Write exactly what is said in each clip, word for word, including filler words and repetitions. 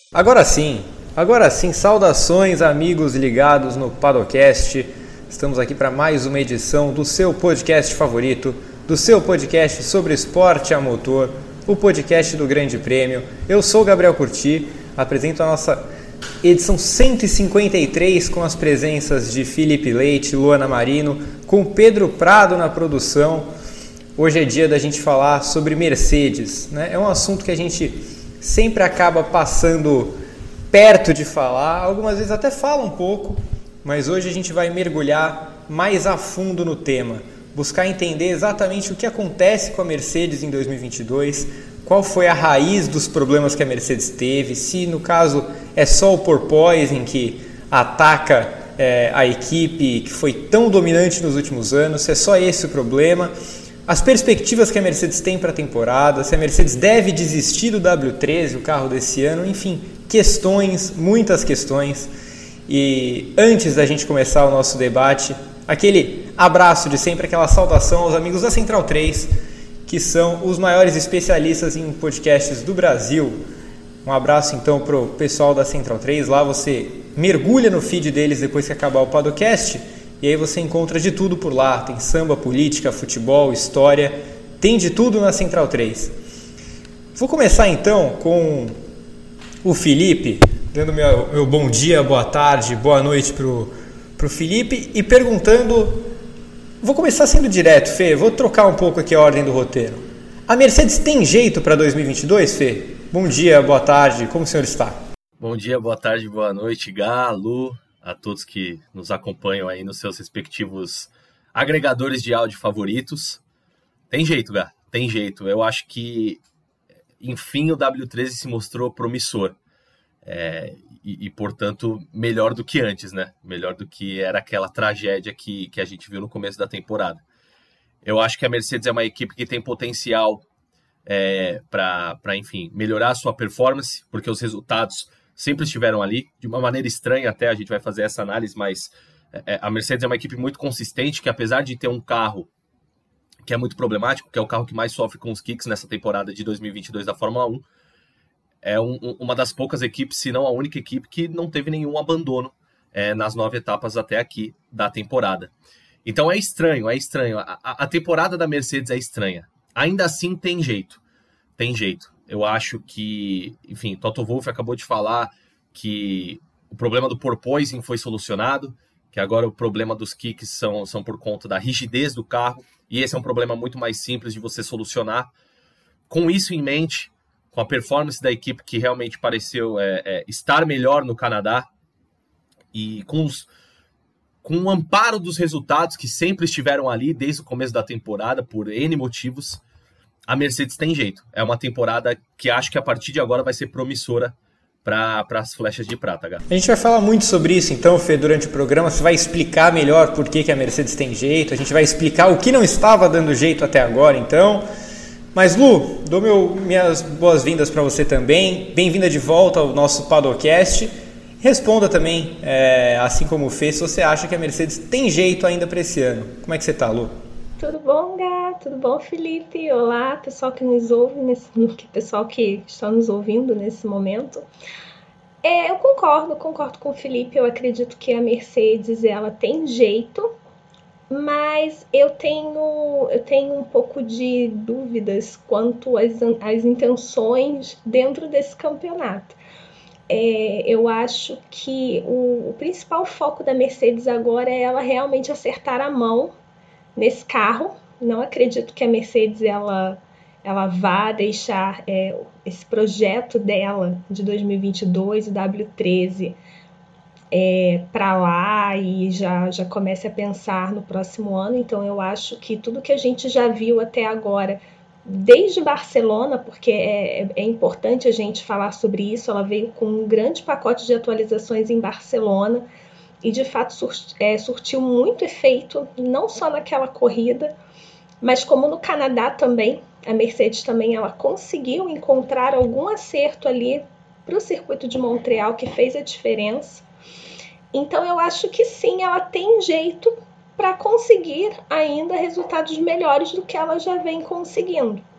Agora sim, agora sim, saudações amigos ligados no Paddockcast. Estamos aqui para mais uma edição do seu podcast favorito, do seu podcast sobre esporte a motor, o podcast do Grande Prêmio. Eu sou o Gabriel Curti, apresento a nossa edição cento e cinquenta e três com as presenças de Felipe Leite, Luana Marino, com Pedro Prado na produção. Hoje é dia da gente falar sobre Mercedes, né? É um assunto que a gente sempre acaba passando perto de falar, algumas vezes até fala um pouco, mas hoje a gente vai mergulhar mais a fundo no tema, buscar entender exatamente o que acontece com a Mercedes em dois mil e vinte e dois, qual foi a raiz dos problemas que a Mercedes teve, se no caso é só o porpoising que ataca é, a equipe que foi tão dominante nos últimos anos, se é só esse o problema. As perspectivas que a Mercedes tem para a temporada, se a Mercedes deve desistir do W treze, o carro desse ano, enfim, questões, muitas questões. E antes da gente começar o nosso debate, aquele abraço de sempre, aquela saudação aos amigos da Central três, que são os maiores especialistas em podcasts do Brasil. Um abraço então para o pessoal da Central três, lá você mergulha no feed deles depois que acabar o Paddockcast. E aí você encontra de tudo por lá, tem samba, política, futebol, história, tem de tudo na Central três. Vou começar então com o Felipe, dando meu, meu bom dia, boa tarde, boa noite pro, pro Felipe e perguntando, vou começar sendo direto, Fê, vou trocar um pouco aqui a ordem do roteiro. A Mercedes tem jeito para dois mil e vinte e dois, Fê? Bom dia, boa tarde, como o senhor está? Bom dia, boa tarde, boa noite, Gá, Lu, a todos que nos acompanham aí nos seus respectivos agregadores de áudio favoritos. Tem jeito, Gá, tem jeito. Eu acho que, enfim, o W treze se mostrou promissor. É, e, e, portanto, melhor do que antes, né? Melhor do que era aquela tragédia que, que a gente viu no começo da temporada. Eu acho que a Mercedes é uma equipe que tem potencial é, para, enfim, melhorar a sua performance, porque os resultados sempre estiveram ali, de uma maneira estranha até, a gente vai fazer essa análise, mas é, a Mercedes é uma equipe muito consistente, que apesar de ter um carro que é muito problemático, que é o carro que mais sofre com os kicks nessa temporada de dois mil e vinte e dois da Fórmula um, é um, uma das poucas equipes, se não a única equipe, que não teve nenhum abandono é, nas nove etapas até aqui da temporada. Então é estranho, é estranho. A, a temporada da Mercedes é estranha. Ainda assim tem jeito, tem jeito. Eu acho que, enfim, Toto Wolff acabou de falar que o problema do porpoising foi solucionado, que agora o problema dos kicks são, são por conta da rigidez do carro, e esse é um problema muito mais simples de você solucionar. Com isso em mente, com a performance da equipe que realmente pareceu é, é, estar melhor no Canadá, e com, os, com o amparo dos resultados que sempre estiveram ali desde o começo da temporada, por N motivos, a Mercedes tem jeito. É uma temporada que acho que a partir de agora vai ser promissora para as flechas de prata, Gá. A gente vai falar muito sobre isso então, Fê, durante o programa. Você vai explicar melhor por que, que a Mercedes tem jeito. A gente vai explicar o que não estava dando jeito até agora, então. Mas, Lu, dou meu, minhas boas-vindas para você também. Bem-vinda de volta ao nosso Paddockcast. Responda também, é, assim como o Fê, se você acha que a Mercedes tem jeito ainda para esse ano. Como é que você está, Lu? Tudo bom, Gá? Tudo bom, Felipe? Olá, pessoal que nos ouve, nesse, pessoal que está nos ouvindo nesse momento. É, eu concordo, concordo com o Felipe. Eu acredito que a Mercedes ela tem jeito, mas eu tenho, eu tenho um pouco de dúvidas quanto às, às intenções dentro desse campeonato. É, eu acho que o, o principal foco da Mercedes agora é ela realmente acertar a mão nesse carro. Não acredito que a Mercedes ela, ela vá deixar é, esse projeto dela de dois mil e vinte e dois, o W treze, é, para lá e já, já comece a pensar no próximo ano. Então eu acho que tudo que a gente já viu até agora, desde Barcelona, porque é, é importante a gente falar sobre isso, ela veio com um grande pacote de atualizações em Barcelona, e de fato é, surtiu muito efeito, não só naquela corrida, mas como no Canadá também. A Mercedes também ela conseguiu encontrar algum acerto ali para o circuito de Montreal que fez a diferença. Então eu acho que sim, ela tem jeito para conseguir ainda resultados melhores do que ela já vem conseguindo.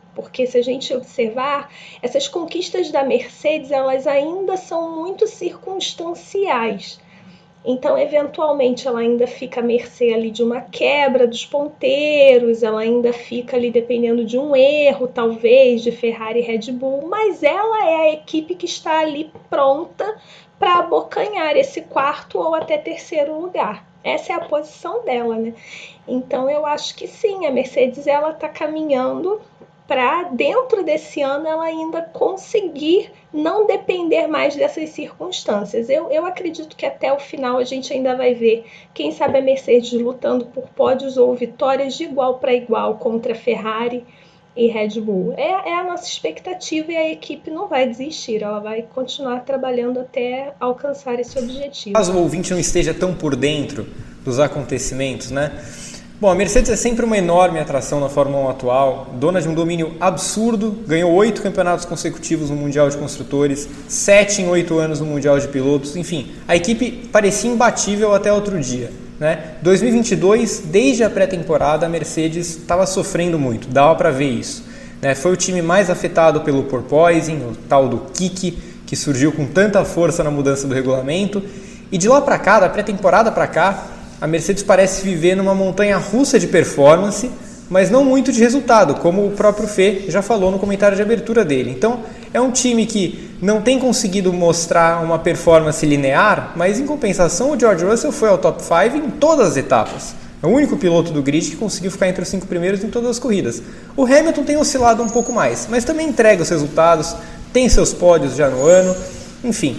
Porque se a gente observar, essas conquistas da Mercedes, elas ainda são muito circunstanciais. Então, eventualmente, ela ainda fica à mercê ali de uma quebra dos ponteiros, ela ainda fica ali dependendo de um erro, talvez, de Ferrari e Red Bull, mas ela é a equipe que está ali pronta para abocanhar esse quarto ou até terceiro lugar. Essa é a posição dela, né? Então, eu acho que sim, a Mercedes ela está caminhando para, dentro desse ano, ela ainda conseguir não depender mais dessas circunstâncias. Eu, eu acredito que até o final a gente ainda vai ver, quem sabe, a Mercedes lutando por pódios ou vitórias de igual para igual contra Ferrari e Red Bull. É, é a nossa expectativa e a equipe não vai desistir, ela vai continuar trabalhando até alcançar esse objetivo. Caso o ouvinte não esteja tão por dentro dos acontecimentos, né? Bom, a Mercedes é sempre uma enorme atração na Fórmula um atual, dona de um domínio absurdo, ganhou oito campeonatos consecutivos no Mundial de Construtores, sete em oito anos no Mundial de Pilotos, enfim, a equipe parecia imbatível até outro dia, né? dois mil e vinte e dois, desde a pré-temporada, a Mercedes estava sofrendo muito, dava para ver isso, né? Foi o time mais afetado pelo porpoising, o tal do kick, que surgiu com tanta força na mudança do regulamento, e de lá para cá, da pré-temporada para cá, a Mercedes parece viver numa montanha russa de performance, mas não muito de resultado, como o próprio Fê já falou no comentário de abertura dele. Então, é um time que não tem conseguido mostrar uma performance linear, mas em compensação o George Russell foi ao top cinco em todas as etapas. É o único piloto do grid que conseguiu ficar entre os cinco primeiros em todas as corridas. O Hamilton tem oscilado um pouco mais, mas também entrega os resultados, tem seus pódios já no ano, enfim...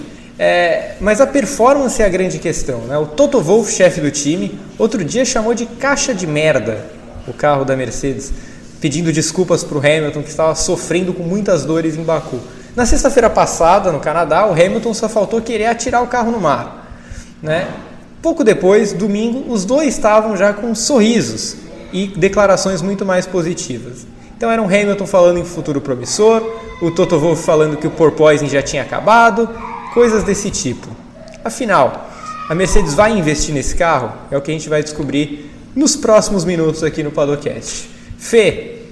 É, mas a performance é a grande questão, né? O Toto Wolff, chefe do time, outro dia chamou de caixa de merda o carro da Mercedes, pedindo desculpas para o Hamilton, que estava sofrendo com muitas dores em Baku. Na sexta-feira passada, no Canadá, o Hamilton só faltou querer atirar o carro no mar, né? Pouco depois, domingo, os dois estavam já com sorrisos e declarações muito mais positivas. Então era um Hamilton falando em futuro promissor, o Toto Wolff falando que o porpoising já tinha acabado, coisas desse tipo. Afinal, a Mercedes vai investir nesse carro? É o que a gente vai descobrir nos próximos minutos aqui no Paddockcast. Fê,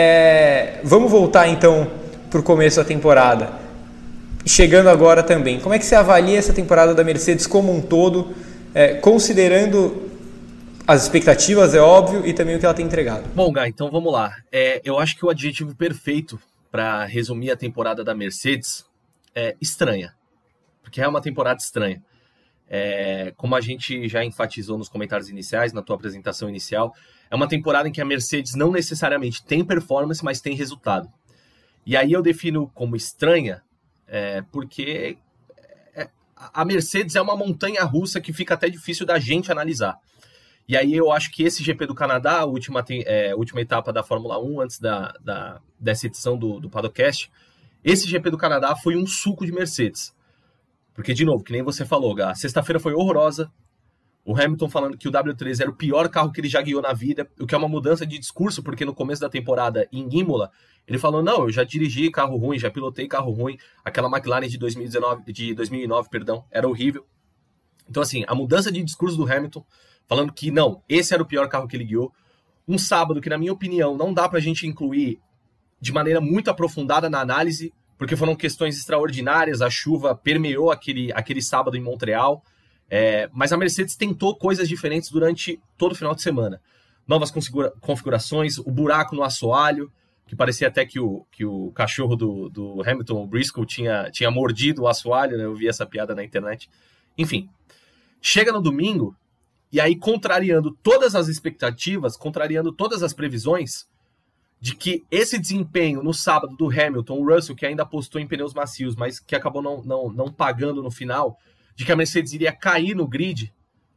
é... vamos voltar então para o começo da temporada. Chegando agora também, como é que você avalia essa temporada da Mercedes como um todo, é, considerando as expectativas, é óbvio, e também o que ela tem entregado? Bom, Gá, então vamos lá. É, eu acho que o adjetivo perfeito para resumir a temporada da Mercedes é estranha. Porque é uma temporada estranha. É, como a gente já enfatizou nos comentários iniciais, na tua apresentação inicial, é uma temporada em que a Mercedes não necessariamente tem performance, mas tem resultado. E aí eu defino como estranha, é, porque a Mercedes é uma montanha-russa que fica até difícil da gente analisar. E aí eu acho que esse G P do Canadá, a última, é, última etapa da Fórmula um, antes da, da, dessa edição do, do Paddockcast, esse G P do Canadá foi um suco de Mercedes. Porque, de novo, que nem você falou, Gá, sexta-feira foi horrorosa. O Hamilton falando que o W treze era o pior carro que ele já guiou na vida, o que é uma mudança de discurso, porque no começo da temporada, em Imola, ele falou, não, eu já dirigi carro ruim, já pilotei carro ruim, aquela McLaren de dois mil e dezenove, de dois mil e nove, perdão, era horrível. Então, assim, a mudança de discurso do Hamilton, falando que, não, esse era o pior carro que ele guiou. Um sábado que, na minha opinião, não dá pra gente incluir de maneira muito aprofundada na análise, porque foram questões extraordinárias, a chuva permeou aquele, aquele sábado em Montreal, é, mas a Mercedes tentou coisas diferentes durante todo o final de semana. Novas configura- configurações, o buraco no assoalho, que parecia até que o, que o cachorro do, do Hamilton, o Briscoe, tinha, tinha mordido o assoalho, né? Eu vi essa piada na internet. Enfim, chega no domingo, e aí contrariando todas as expectativas, contrariando todas as previsões, de que esse desempenho no sábado do Hamilton, o Russell, que ainda apostou em pneus macios, mas que acabou não, não, não pagando no final, de que a Mercedes iria cair no grid,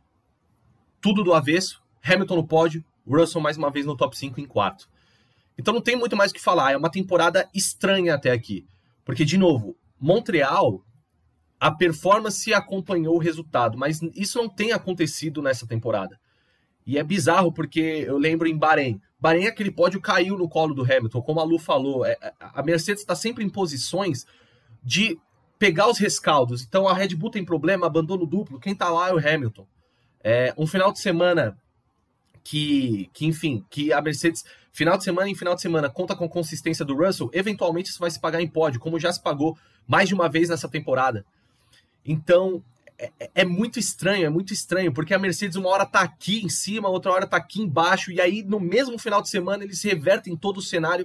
tudo do avesso, Hamilton no pódio, Russell mais uma vez no top cinco em quarto. Então não tem muito mais o que falar, é uma temporada estranha até aqui, porque, de novo, Montreal, a performance acompanhou o resultado, mas isso não tem acontecido nessa temporada. E é bizarro, porque eu lembro em Bahrein, Bahrein aquele pódio caiu no colo do Hamilton, como a Lu falou, a Mercedes está sempre em posições de pegar os rescaldos. Então a Red Bull tem problema, abandono duplo, quem tá lá é o Hamilton. É um final de semana que, que, enfim, que a Mercedes final de semana em final de semana, conta com a consistência do Russell, eventualmente isso vai se pagar em pódio, como já se pagou mais de uma vez nessa temporada. Então, é, é muito estranho, é muito estranho, porque a Mercedes uma hora tá aqui em cima, outra hora tá aqui embaixo, e aí no mesmo final de semana eles revertem todo o cenário.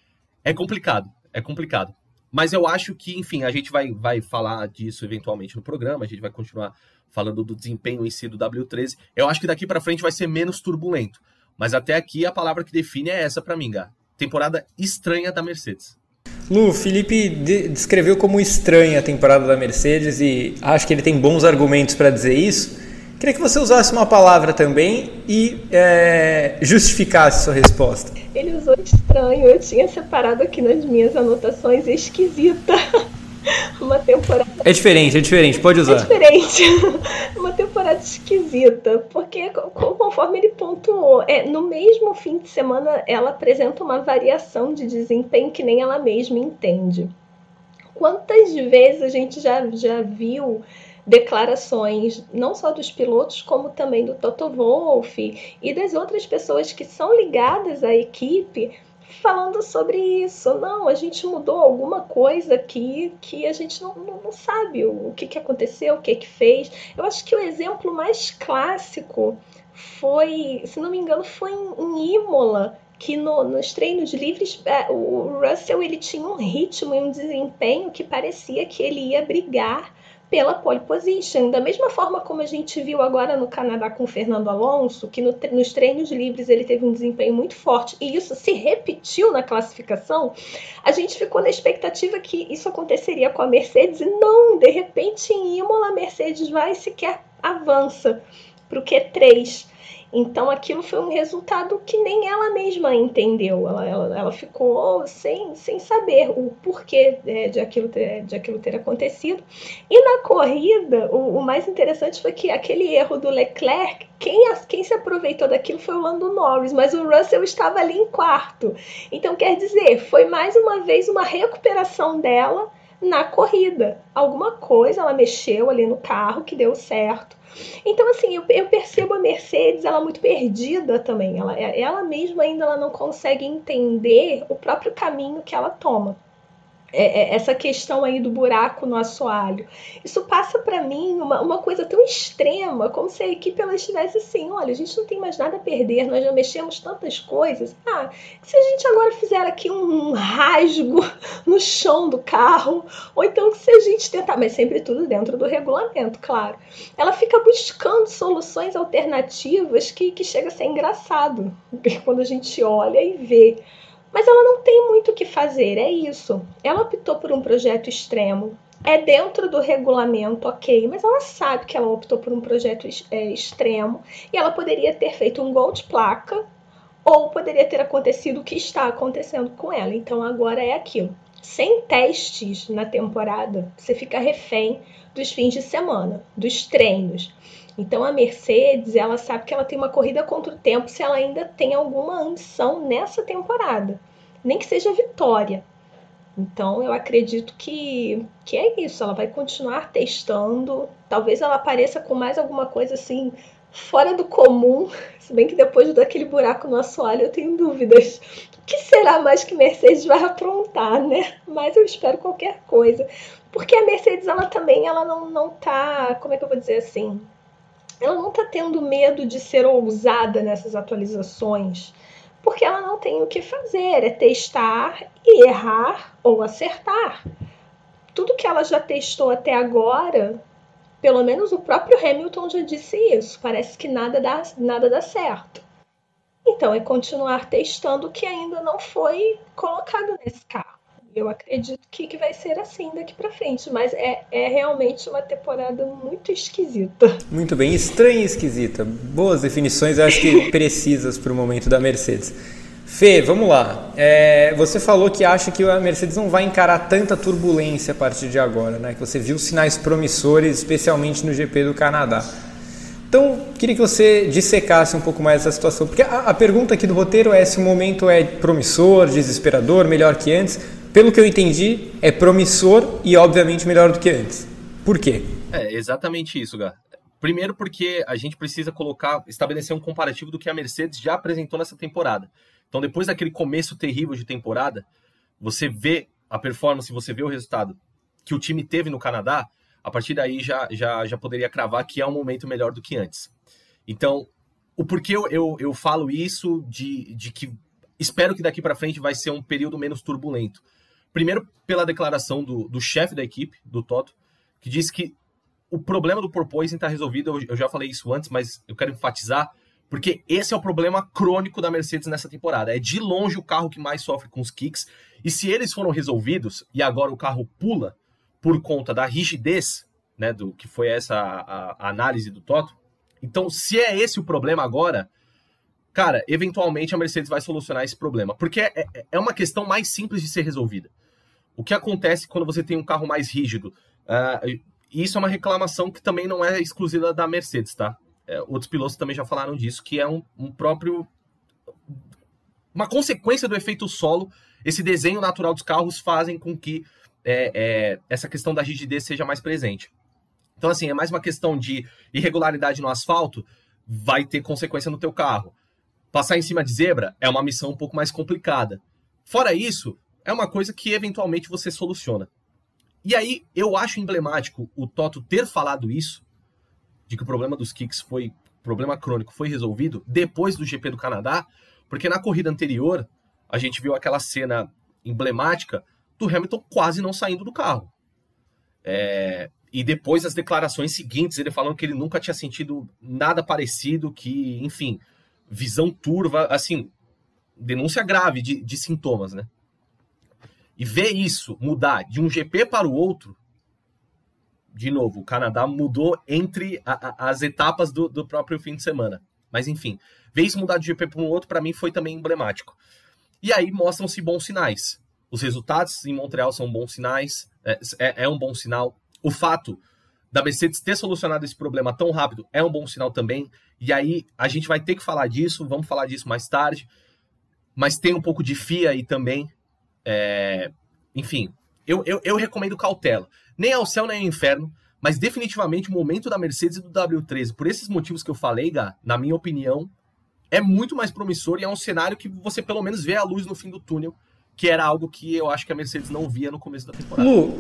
É complicado, é complicado. Mas eu acho que, enfim, a gente vai, vai falar disso eventualmente no programa, a gente vai continuar falando do desempenho em si do W treze. Eu acho que daqui para frente vai ser menos turbulento. Mas até aqui a palavra que define é essa para mim, Gá. Temporada estranha da Mercedes. Lu, o Felipe de- descreveu como estranha a temporada da Mercedes e acho que ele tem bons argumentos para dizer isso. Queria que você usasse uma palavra também e é, justificasse sua resposta. Ele usou estranho, eu tinha separado aqui nas minhas anotações esquisita. Uma temporada... É diferente, é diferente, pode É usar. diferente. Uma temporada esquisita, porque conforme ele pontuou, é, no mesmo fim de semana ela apresenta uma variação de desempenho que nem ela mesma entende. Quantas vezes a gente já, já viu declarações, não só dos pilotos, como também do Toto Wolff e das outras pessoas que são ligadas à equipe, falando sobre isso. Não, a gente mudou alguma coisa aqui que a gente não, não, não sabe o que, que aconteceu, o que que fez. Eu acho que o exemplo mais clássico foi, se não me engano, foi em, em Imola, que no, nos treinos livres é, o Russell ele tinha um ritmo e um desempenho que parecia que ele ia brigar pela pole position, da mesma forma como a gente viu agora no Canadá com o Fernando Alonso, que no, nos treinos livres ele teve um desempenho muito forte, e isso se repetiu na classificação, a gente ficou na expectativa que isso aconteceria com a Mercedes, e não, de repente em Imola a Mercedes vai e sequer avança para o Q três. Então aquilo foi um resultado que nem ela mesma entendeu. Ela, ela, ela ficou sem, sem saber o porquê é, de, aquilo ter, de aquilo ter acontecido. E na corrida, o, o mais interessante foi que aquele erro do Leclerc, quem, quem se aproveitou daquilo foi o Lando Norris, mas o Russell estava ali em quarto. Então quer dizer, foi mais uma vez uma recuperação dela na corrida. Alguma coisa ela mexeu ali no carro que deu certo. Então, assim, eu, eu percebo a Mercedes, ela muito perdida também. Ela, ela mesma ainda ela não consegue entender o próprio caminho que ela toma. É, é, essa questão aí do buraco no assoalho. Isso passa para mim uma, uma coisa tão extrema, como se a equipe ela estivesse assim, olha, a gente não tem mais nada a perder, nós já mexemos tantas coisas. Ah, se a gente agora fizer aqui um, um rasgo no chão do carro, ou então se a gente tentar, mas sempre tudo dentro do regulamento, claro. Ela fica buscando soluções alternativas que, que chega a ser engraçado, quando a gente olha e vê. Mas ela não tem muito o que fazer, é isso. Ela optou por um projeto extremo. É dentro do regulamento, ok, mas ela sabe que ela optou por um projeto é, extremo e ela poderia ter feito um gol de placa ou poderia ter acontecido o que está acontecendo com ela. Então agora é aquilo. Sem testes na temporada, você fica refém dos fins de semana, dos treinos. Então a Mercedes, ela sabe que ela tem uma corrida contra o tempo se ela ainda tem alguma ambição nessa temporada, nem que seja vitória. Então eu acredito que, que é isso, ela vai continuar testando, talvez ela apareça com mais alguma coisa assim, fora do comum, se bem que depois daquele buraco no assoalho eu tenho dúvidas. O que será mais que Mercedes vai aprontar, né? Mas eu espero qualquer coisa, porque a Mercedes ela também ela não, não tá, como é que eu vou dizer assim... Ela não está tendo medo de ser ousada nessas atualizações, porque ela não tem o que fazer, é testar e errar ou acertar. Tudo que ela já testou até agora, pelo menos o próprio Hamilton já disse isso, parece que nada dá, nada dá certo. Então é continuar testando o que ainda não foi colocado nesse carro. Eu acredito que, que vai ser assim daqui para frente, mas é, é realmente uma temporada muito esquisita. Muito bem, estranha e esquisita. Boas definições, eu acho que precisas para o momento da Mercedes. Fê, vamos lá. É, você falou que acha que a Mercedes não vai encarar tanta turbulência a partir de agora, né? Que você viu sinais promissores, especialmente no G P do Canadá. Então, queria que você dissecasse um pouco mais essa situação, porque a, a pergunta aqui do roteiro é se o momento é promissor, desesperador, melhor que antes. Pelo que eu entendi, é promissor e, obviamente, melhor do que antes. Por quê? É exatamente isso, Gá. Primeiro porque a gente precisa colocar, estabelecer um comparativo do que a Mercedes já apresentou nessa temporada. Então, depois daquele começo terrível de temporada, você vê a performance, você vê o resultado que o time teve no Canadá, a partir daí já, já, já poderia cravar que é um momento melhor do que antes. Então, o porquê eu, eu, eu falo isso de, de que espero que daqui para frente vai ser um período menos turbulento. Primeiro, pela declaração do, do chefe da equipe, do Toto, que disse que o problema do porpoising está resolvido. Eu, eu já falei isso antes, mas eu quero enfatizar, porque esse é o problema crônico da Mercedes nessa temporada. É de longe o carro que mais sofre com os kicks. E se eles foram resolvidos, e agora o carro pula por conta da rigidez, né, do que foi essa a, a análise do Toto, então se é esse o problema agora, cara, eventualmente a Mercedes vai solucionar esse problema. Porque é, é uma questão mais simples de ser resolvida. O que acontece quando você tem um carro mais rígido? Uh, isso é uma reclamação que também não é exclusiva da Mercedes, tá? É, outros pilotos também já falaram disso, que é um, um próprio... uma consequência do efeito solo. Esse desenho natural dos carros fazem com que é, é, essa questão da rigidez seja mais presente. Então, assim, é mais uma questão de irregularidade no asfalto, vai ter consequência no teu carro. Passar em cima de zebra é uma missão um pouco mais complicada. Fora isso, é uma coisa que eventualmente você soluciona. E aí, eu acho emblemático o Toto ter falado isso, de que o problema dos kicks foi, o problema crônico foi resolvido depois do G P do Canadá, porque na corrida anterior, a gente viu aquela cena emblemática do Hamilton quase não saindo do carro. É, e depois as declarações seguintes, ele falando que ele nunca tinha sentido nada parecido, que, enfim, visão turva, assim, denúncia grave de, de sintomas, né? E ver isso mudar de um G P para o outro, de novo, o Canadá mudou entre a, a, as etapas do, do próprio fim de semana. Mas, enfim, ver isso mudar de G P para um outro, para mim, foi também emblemático. E aí mostram-se bons sinais. Os resultados em Montreal são bons sinais, é, é, é um bom sinal. O fato da Mercedes ter solucionado esse problema tão rápido é um bom sinal também. E aí a gente vai ter que falar disso, vamos falar disso mais tarde. Mas tem um pouco de F I A aí também. É, enfim, eu, eu, eu recomendo cautela. Nem ao céu, nem ao inferno, mas definitivamente o momento da Mercedes e do W treze, por esses motivos que eu falei, Gá, na minha opinião, é muito mais promissor e é um cenário que você pelo menos vê a luz no fim do túnel, que era algo que eu acho que a Mercedes não via no começo da temporada. Lu,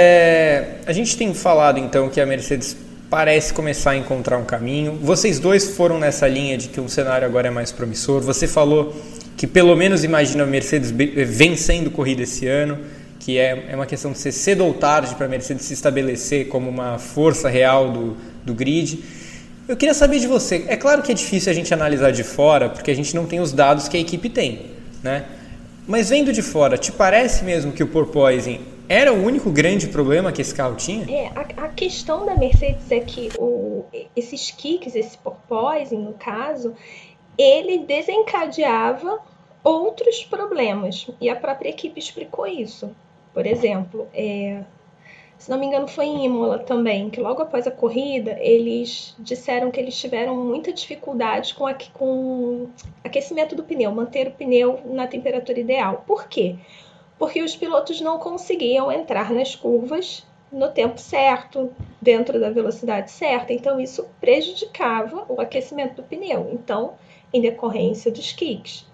é, a gente tem falado então que a Mercedes parece começar a encontrar um caminho. Vocês dois foram nessa linha de que o cenário agora é mais promissor. Você falou que pelo menos imagina a Mercedes vencendo corrida esse ano, que é, é uma questão de ser cedo ou tarde para a Mercedes se estabelecer como uma força real do, do grid. Eu queria saber de você, é claro que é difícil a gente analisar de fora, porque a gente não tem os dados que a equipe tem, né? Mas vendo de fora, te parece mesmo que o porpoising era o único grande problema que esse carro tinha? É, a, a questão da Mercedes é que o, esses kicks, esse porpoising no caso, ele desencadeava outros problemas, e a própria equipe explicou isso. Por exemplo, é, se não me engano foi em Imola também, que logo após a corrida eles disseram que eles tiveram muita dificuldade com, a, com aquecimento do pneu, manter o pneu na temperatura ideal. Por quê? Porque os pilotos não conseguiam entrar nas curvas no tempo certo, dentro da velocidade certa, então isso prejudicava o aquecimento do pneu, então, em decorrência dos kicks.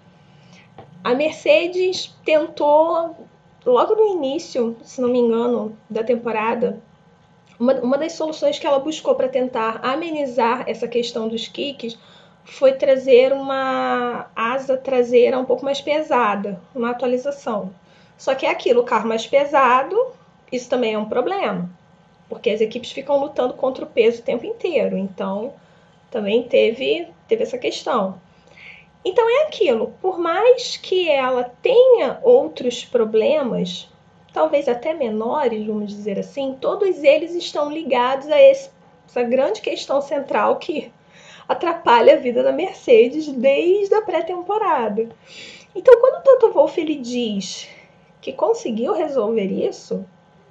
A Mercedes tentou, logo no início, se não me engano, da temporada, uma, uma das soluções que ela buscou para tentar amenizar essa questão dos kicks foi trazer uma asa traseira um pouco mais pesada, uma atualização. Só que é aquilo, o carro mais pesado, isso também é um problema, porque as equipes ficam lutando contra o peso o tempo inteiro, então também teve, teve essa questão. Então é aquilo, por mais que ela tenha outros problemas, talvez até menores, vamos dizer assim, todos eles estão ligados a esse, essa grande questão central que atrapalha a vida da Mercedes desde a pré-temporada. Então quando o Toto Wolff ele diz que conseguiu resolver isso,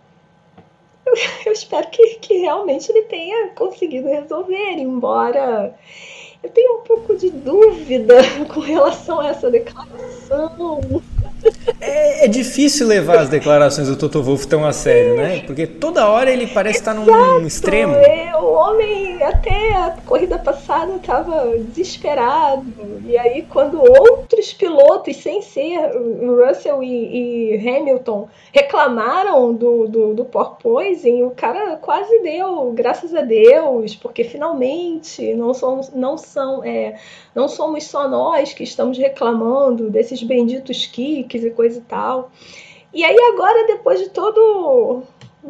eu, eu espero que, que realmente ele tenha conseguido resolver, embora eu tenho um pouco de dúvida com relação a essa declaração. É, é difícil levar as declarações do Toto Wolff tão a sério, né? Porque toda hora ele parece estar num extremo. É, o homem, até a corrida passada, estava desesperado. E aí, quando outros pilotos, sem ser o Russell e, e Hamilton, reclamaram do, do, do porpoising, o cara quase deu, graças a Deus, porque finalmente não somos, não são, é, não somos só nós que estamos reclamando desses benditos kicks e coisa e tal. E aí agora, depois de todo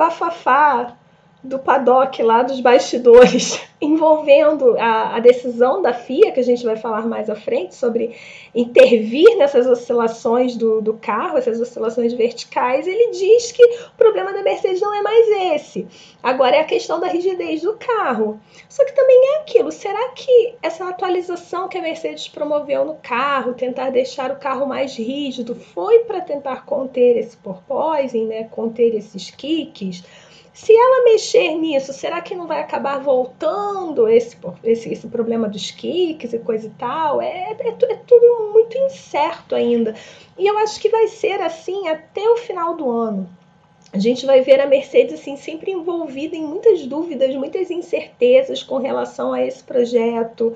bafafá do paddock lá dos bastidores envolvendo a, a decisão da F I A, que a gente vai falar mais à frente, sobre intervir nessas oscilações do, do carro, essas oscilações verticais, ele diz que o problema da Mercedes não é mais esse. Agora é a questão da rigidez do carro. Só que também é aquilo, será que essa atualização que a Mercedes promoveu no carro, tentar deixar o carro mais rígido, foi para tentar conter esse porpoising, né, conter esses kicks? Se ela mexer nisso, será que não vai acabar voltando esse, esse, esse problema dos kicks e coisa e tal? É, é, é tudo muito incerto ainda. E eu acho que vai ser assim até o final do ano. A gente vai ver a Mercedes assim, sempre envolvida em muitas dúvidas, muitas incertezas com relação a esse projeto.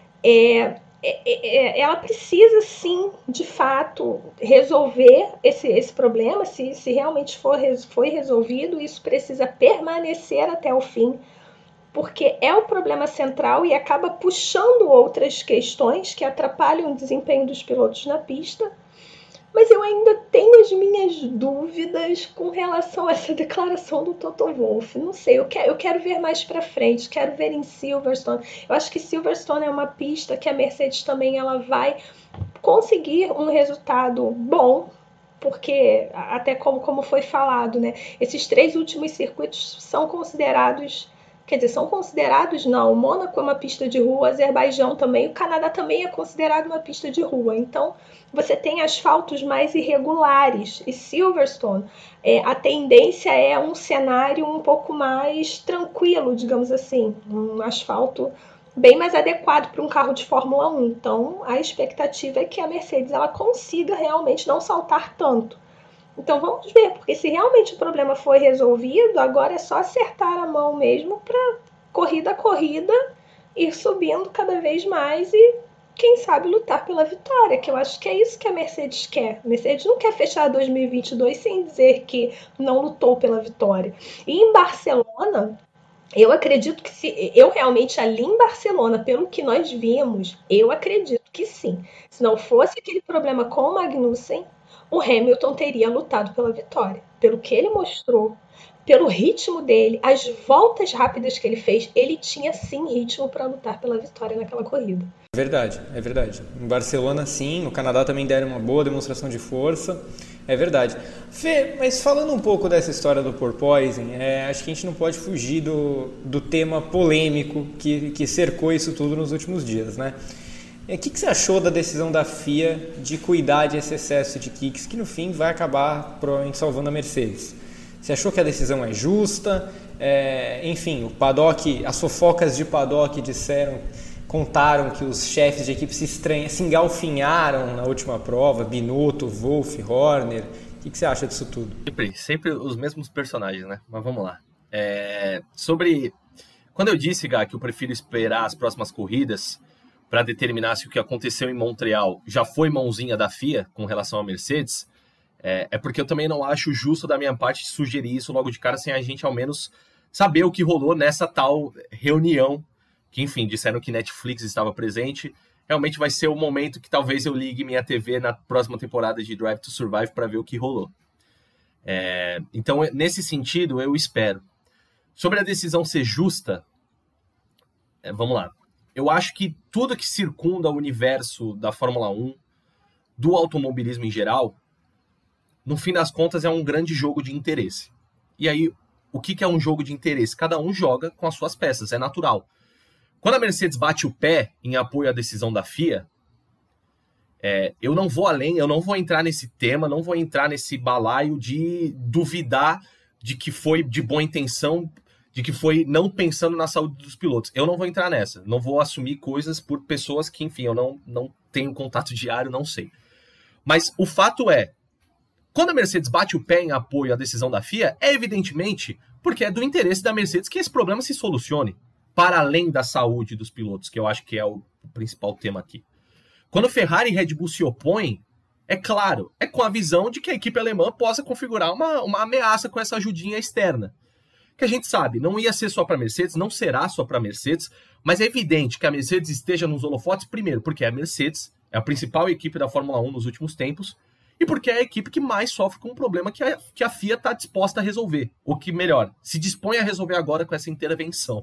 É... ela precisa sim, de fato, resolver esse, esse problema. Se, se realmente for, foi resolvido, isso precisa permanecer até o fim, porque é o problema central e acaba puxando outras questões que atrapalham o desempenho dos pilotos na pista. Mas eu ainda tenho as minhas dúvidas com relação a essa declaração do Toto Wolff. Não sei, eu quero, eu quero ver mais para frente, quero ver em Silverstone. Eu acho que Silverstone é uma pista que a Mercedes também ela vai conseguir um resultado bom, porque até como, como foi falado, né, esses três últimos circuitos são considerados... Quer dizer, são considerados, não, o Mônaco é uma pista de rua, o Azerbaijão também, o Canadá também é considerado uma pista de rua. Então, você tem asfaltos mais irregulares. E Silverstone, é, a tendência é um cenário um pouco mais tranquilo, digamos assim. Um asfalto bem mais adequado para um carro de Fórmula um. Então, a expectativa é que a Mercedes ela consiga realmente não saltar tanto. Então vamos ver, porque se realmente o problema foi resolvido, agora é só acertar a mão mesmo para corrida a corrida ir subindo cada vez mais e, quem sabe, lutar pela vitória, que eu acho que é isso que a Mercedes quer. A Mercedes não quer fechar dois mil e vinte e dois sem dizer que não lutou pela vitória. E em Barcelona, eu acredito que se eu realmente ali em Barcelona, pelo que nós vimos, eu acredito que sim. Se não fosse aquele problema com o Magnussen, o Hamilton teria lutado pela vitória. Pelo que ele mostrou, pelo ritmo dele, as voltas rápidas que ele fez, ele tinha sim ritmo para lutar pela vitória naquela corrida. É verdade, é verdade. Em Barcelona sim, no Canadá também deram uma boa demonstração de força. É verdade. Fê, mas falando um pouco dessa história do porpoising, é, acho que a gente não pode fugir do, do tema polêmico que, que cercou isso tudo nos últimos dias, né? O que, que você achou da decisão da F I A de cuidar desse excesso de kicks que no fim vai acabar provavelmente salvando a Mercedes? Você achou que a decisão é justa? É, enfim, o paddock, as fofocas de paddock disseram, contaram que os chefes de equipe se, estranha, se engalfinharam na última prova, Binotto, Wolff, Horner. O que, que você acha disso tudo? Sempre, sempre os mesmos personagens, né? Mas vamos lá. É, sobre... Quando eu disse, Gá, que eu prefiro esperar as próximas corridas para determinar se o que aconteceu em Montreal já foi mãozinha da F I A com relação à Mercedes, é, é porque eu também não acho justo da minha parte sugerir isso logo de cara sem a gente ao menos saber o que rolou nessa tal reunião, que enfim, disseram que Netflix estava presente. Realmente vai ser o momento que talvez eu ligue minha T V na próxima temporada de Drive to Survive para ver o que rolou. É, então, nesse sentido, eu espero. Sobre a decisão ser justa, é, vamos lá. Eu acho que tudo que circunda o universo da Fórmula um, do automobilismo em geral, no fim das contas é um grande jogo de interesse. E aí, o que é um jogo de interesse? Cada um joga com as suas peças, é natural. Quando a Mercedes bate o pé em apoio à decisão da F I A, é, eu não vou além, eu não vou entrar nesse tema, não vou entrar nesse balaio de duvidar de que foi de boa intenção, de que foi não pensando na saúde dos pilotos. Eu não vou entrar nessa. Não vou assumir coisas por pessoas que, enfim, eu não, não tenho contato diário, não sei. Mas o fato é, Quando a Mercedes bate o pé em apoio à decisão da F I A, é evidentemente porque é do interesse da Mercedes que esse problema se solucione, para além da saúde dos pilotos, que eu acho que é o principal tema aqui. Quando Ferrari e Red Bull se opõem, é claro, é com a visão de que a equipe alemã possa configurar uma, uma ameaça com essa ajudinha externa. Que a gente sabe, não ia ser só para a Mercedes, não será só para a Mercedes, mas é evidente que a Mercedes esteja nos holofotes, primeiro, porque é a Mercedes, é a principal equipe da Fórmula um nos últimos tempos, e porque é a equipe que mais sofre com um problema que a, que a F I A está disposta a resolver. Ou que, melhor, se dispõe a resolver agora com essa intervenção.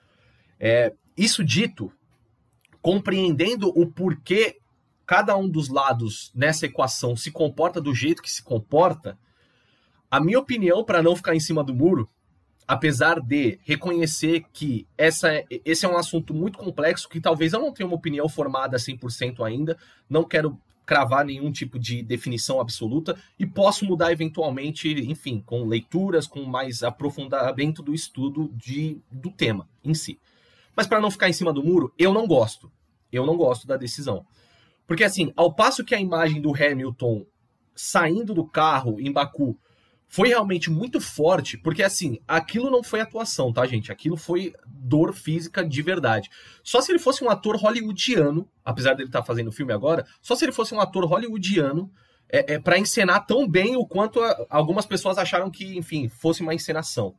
É, isso dito, compreendendo o porquê cada um dos lados nessa equação se comporta do jeito que se comporta, a minha opinião, para não ficar em cima do muro, apesar de reconhecer que essa, esse é um assunto muito complexo, que talvez eu não tenha uma opinião formada cem por cento ainda, não quero cravar nenhum tipo de definição absoluta e posso mudar eventualmente, enfim, com leituras, com mais aprofundamento do estudo de, do tema em si. Mas para não ficar em cima do muro, eu não gosto. Eu não gosto da decisão. Porque assim, ao passo que a imagem do Hamilton saindo do carro em Baku foi realmente muito forte, porque assim, aquilo não foi atuação, tá, gente? Aquilo foi dor física de verdade. Só se ele fosse um ator hollywoodiano, apesar dele estar fazendo o filme agora, só se ele fosse um ator hollywoodiano é, é, para encenar tão bem o quanto a, algumas pessoas acharam que, enfim, fosse uma encenação.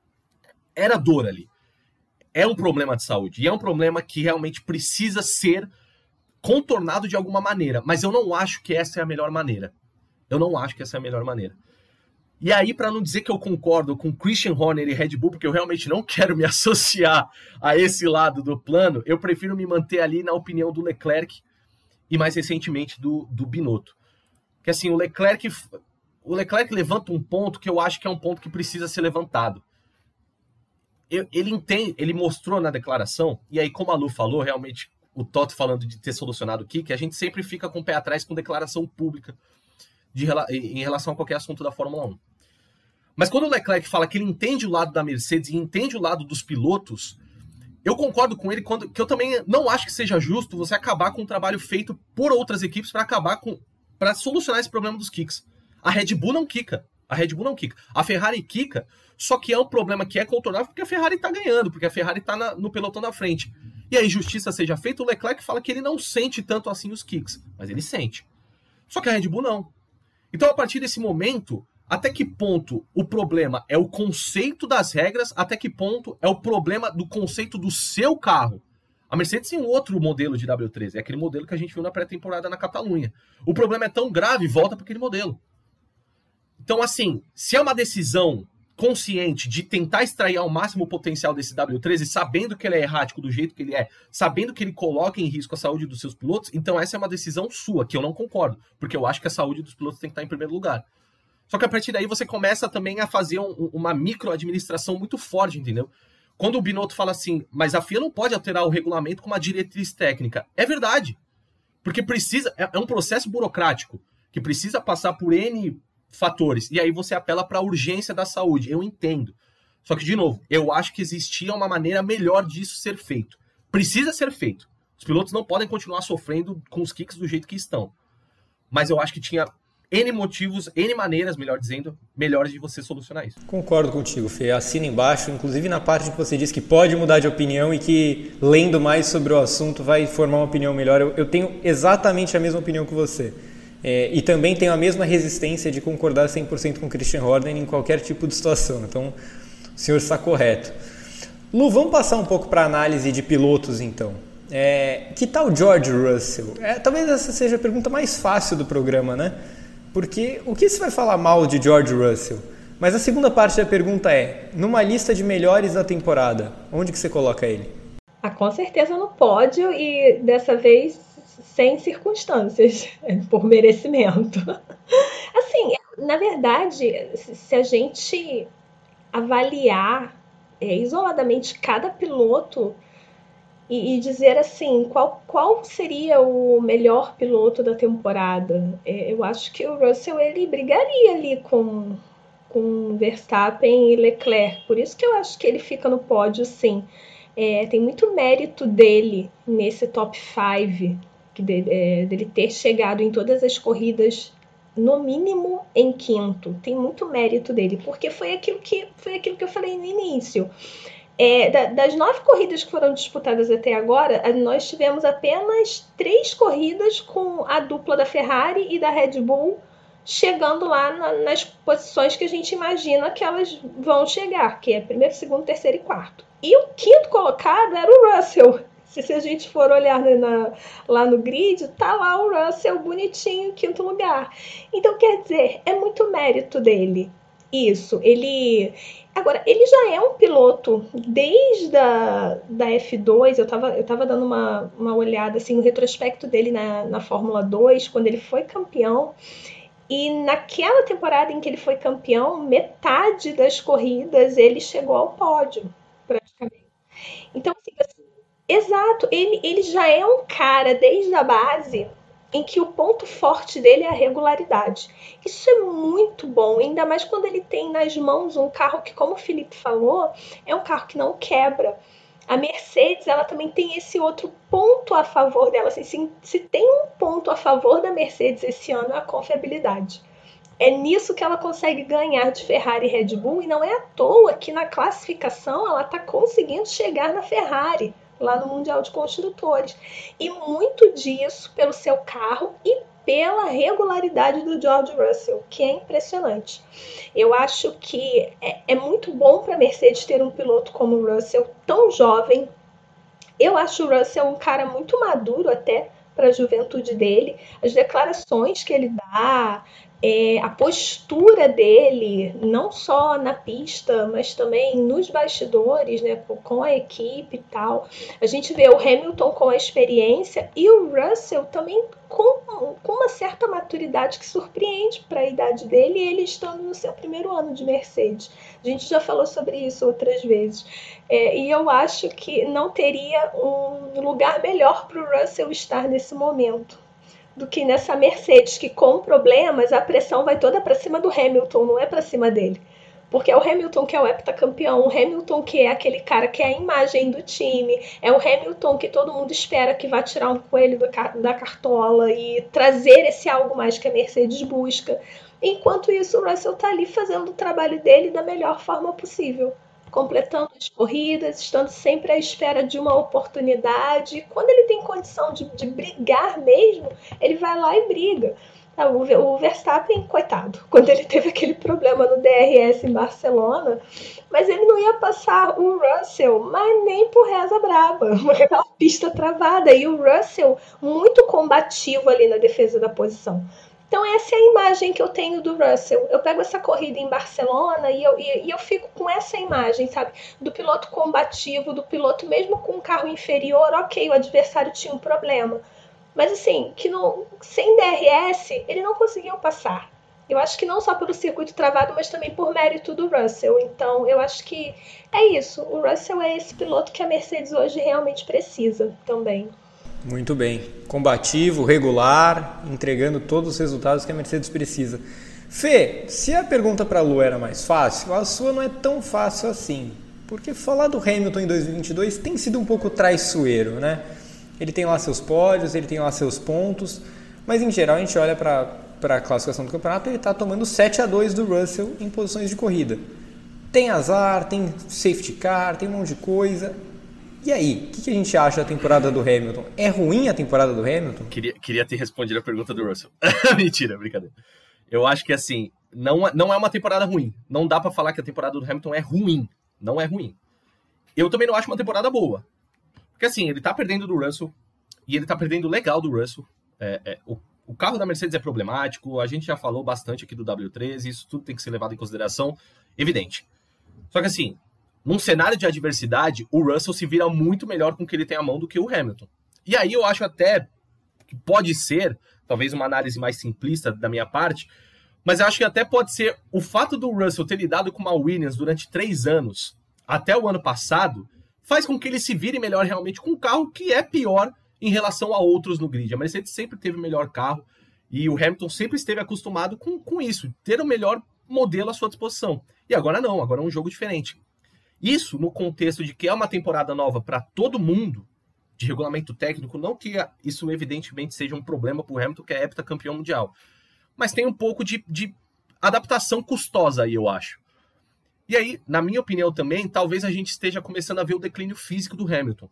Era dor ali. É um problema de saúde, e é um problema que realmente precisa ser contornado de alguma maneira, mas eu não acho que essa é a melhor maneira. Eu não acho que essa é a melhor maneira. E aí, para não dizer que eu concordo com Christian Horner e Red Bull, porque eu realmente não quero me associar a esse lado do plano, eu prefiro me manter ali na opinião do Leclerc e mais recentemente do, do Binotto. Que assim, o Leclerc, o Leclerc levanta um ponto que eu acho que é um ponto que precisa ser levantado. Eu, ele entende, ele mostrou na declaração, e aí como a Lu falou, realmente, o Toto falando de ter solucionado o kick, a gente sempre fica com o pé atrás com declaração pública de, em relação a qualquer assunto da Fórmula um. Mas quando o Leclerc fala que ele entende o lado da Mercedes e entende o lado dos pilotos, eu concordo com ele, quando, que eu também não acho que seja justo você acabar com um trabalho feito por outras equipes para acabar com, para solucionar esse problema dos kicks. A Red Bull não quica. A Red Bull não quica. A Ferrari quica, só que é um problema que é contornável porque a Ferrari está ganhando, porque a Ferrari está no pelotão da frente. E aí, justiça seja feita, o Leclerc fala que ele não sente tanto assim os kicks, mas ele sente. Só que a Red Bull não. Então, a partir desse momento, até que ponto o problema é o conceito das regras, até que ponto é o problema do conceito do seu carro. A Mercedes tem um outro modelo de W treze, é aquele modelo que a gente viu na pré-temporada na Catalunha. O problema é tão grave, volta para aquele modelo. Então, assim, se é uma decisão consciente de tentar extrair ao máximo o potencial desse W treze, sabendo que ele é errático do jeito que ele é, sabendo que ele coloca em risco a saúde dos seus pilotos, então essa é uma decisão sua, que eu não concordo, porque eu acho que a saúde dos pilotos tem que estar em primeiro lugar. Só que a partir daí você começa também a fazer um, uma microadministração muito forte, entendeu? Quando o Binotto fala assim, mas a F I A não pode alterar o regulamento com uma diretriz técnica. É verdade, porque precisa, é, é um processo burocrático, que precisa passar por N fatores, e aí você apela para a urgência da saúde, eu entendo. Só que, de novo, eu acho que existia uma maneira melhor disso ser feito. Precisa ser feito. Os pilotos não podem continuar sofrendo com os kicks do jeito que estão. Mas eu acho que tinha N motivos, N maneiras, melhor dizendo, melhores de você solucionar isso. Concordo contigo, Fê. Assina embaixo, inclusive na parte que você disse que pode mudar de opinião e que, lendo mais sobre o assunto, vai formar uma opinião melhor. Eu, eu tenho exatamente a mesma opinião que você. É, e também tenho a mesma resistência de concordar cem por cento com o Christian Horner em qualquer tipo de situação. Então, o senhor está correto. Lu, vamos passar um pouco para a análise de pilotos, então. É, que tal George Russell? É, talvez essa seja a pergunta mais fácil do programa, né? Porque o que se vai falar mal de George Russell? Mas a segunda parte da pergunta é, numa lista de melhores da temporada, onde que você coloca ele? Ah, com certeza no pódio e dessa vez sem circunstâncias, por merecimento. Assim, na verdade, se a gente avaliar é, isoladamente cada piloto e, e dizer assim, qual, qual seria o melhor piloto da temporada, é, eu acho que o Russell ele brigaria ali com, com Verstappen e Leclerc, por isso que eu acho que ele fica no pódio, sim. É, tem muito mérito dele nesse top cinco, que de, é, dele ter chegado em todas as corridas no mínimo em quinto. Tem muito mérito dele, porque foi aquilo que, foi aquilo que eu falei no início. É, da, das nove corridas que foram disputadas até agora, nós tivemos apenas três corridas com a dupla da Ferrari e da Red Bull chegando lá na, nas posições que a gente imagina que elas vão chegar, que é primeiro, segundo, terceiro e quarto. E o quinto colocado era o Russell. Se, se a gente for olhar na, lá no grid, tá lá o Russell bonitinho em quinto lugar. Então, quer dizer, é muito mérito dele. Isso, ele... Agora, ele já é um piloto desde a da F dois, eu estava eu tava dando uma, uma olhada assim, no retrospecto dele na, na Fórmula dois, quando ele foi campeão, e naquela temporada em que ele foi campeão, metade das corridas ele chegou ao pódio, praticamente. Então, assim, exato, ele, ele já é um cara desde a base em que o ponto forte dele é a regularidade. Isso é muito bom, ainda mais quando ele tem nas mãos um carro que, como o Felipe falou, é um carro que não quebra. A Mercedes, ela também tem esse outro ponto a favor dela. Assim, se, se tem um ponto a favor da Mercedes esse ano, é a confiabilidade. É nisso que ela consegue ganhar de Ferrari e Red Bull, e não é à toa que na classificação ela está conseguindo chegar na Ferrari, lá no Mundial de Construtores. E muito disso pelo seu carro e pela regularidade do George Russell, que é impressionante. Eu acho que é, é muito bom para a Mercedes ter um piloto como o Russell, tão jovem. Eu acho o Russell um cara muito maduro até para a juventude dele. As declarações que ele dá, é, a postura dele, não só na pista, mas também nos bastidores, né, com a equipe e tal. A gente vê o Hamilton com a experiência e o Russell também com, com uma certa maturidade que surpreende para a idade dele, e ele estando no seu primeiro ano de Mercedes. A gente já falou sobre isso outras vezes. É, e eu acho que não teria um lugar melhor para o Russell estar nesse momento do que nessa Mercedes, que com problemas a pressão vai toda para cima do Hamilton, não é para cima dele. Porque é o Hamilton que é o heptacampeão, o Hamilton que é aquele cara que é a imagem do time, é o Hamilton que todo mundo espera que vai tirar um coelho da cartola e trazer esse algo mais que a Mercedes busca. Enquanto isso, o Russell está ali fazendo o trabalho dele da melhor forma possível, completando as corridas, estando sempre à espera de uma oportunidade. Quando ele tem condição de, de brigar mesmo, ele vai lá e briga. O Verstappen, coitado, quando ele teve aquele problema no D R S em Barcelona, mas ele não ia passar o Russell, mas nem por reza braba, aquela pista travada, e o Russell muito combativo ali na defesa da posição. Então essa é a imagem que eu tenho do Russell. Eu pego essa corrida em Barcelona e eu, e, e eu fico com essa imagem, sabe? Do piloto combativo, do piloto mesmo com um carro inferior, ok, o adversário tinha um problema. Mas assim, que não, sem D R S ele não conseguiu passar. Eu acho que não só pelo circuito travado, mas também por mérito do Russell. Então eu acho que é isso. O Russell é esse piloto que a Mercedes hoje realmente precisa também. Muito bem. Combativo, regular, entregando todos os resultados que a Mercedes precisa. Fê, se a pergunta para a Lu era mais fácil, a sua não é tão fácil assim. Porque falar do Hamilton em dois mil e vinte e dois tem sido um pouco traiçoeiro, né? Ele tem lá seus pódios, ele tem lá seus pontos, mas em geral a gente olha para a classificação do campeonato e ele está tomando sete a dois do Russell em posições de corrida. Tem azar, tem safety car, tem um monte de coisa. E aí, o que, que a gente acha da temporada do Hamilton? É ruim a temporada do Hamilton? Queria, queria ter respondido a pergunta do Russell. Mentira, brincadeira. Eu acho que assim, não, não é uma temporada ruim. Não dá pra falar que a temporada do Hamilton é ruim. Não é ruim. Eu também não acho uma temporada boa. Porque assim, ele tá perdendo do Russell, e ele tá perdendo legal do Russell. É, é, o, o carro da Mercedes é problemático, a gente já falou bastante aqui do W treze, isso tudo tem que ser levado em consideração, evidente. Só que assim, num cenário de adversidade, o Russell se vira muito melhor com o que ele tem à mão do que o Hamilton. E aí eu acho até que pode ser, talvez uma análise mais simplista da minha parte, mas eu acho que até pode ser o fato do Russell ter lidado com uma Williams durante três anos, até o ano passado, faz com que ele se vire melhor realmente com um carro que é pior em relação a outros no grid. A Mercedes sempre teve o melhor carro e o Hamilton sempre esteve acostumado com, com isso, ter o melhor modelo à sua disposição. E agora não, agora é um jogo diferente. Isso no contexto de que é uma temporada nova para todo mundo, de regulamento técnico, não que isso evidentemente seja um problema para o Hamilton, que é heptacampeão mundial. mas tem um pouco de, de adaptação custosa aí, eu acho. E aí, na minha opinião também, talvez a gente esteja começando a ver o declínio físico do Hamilton.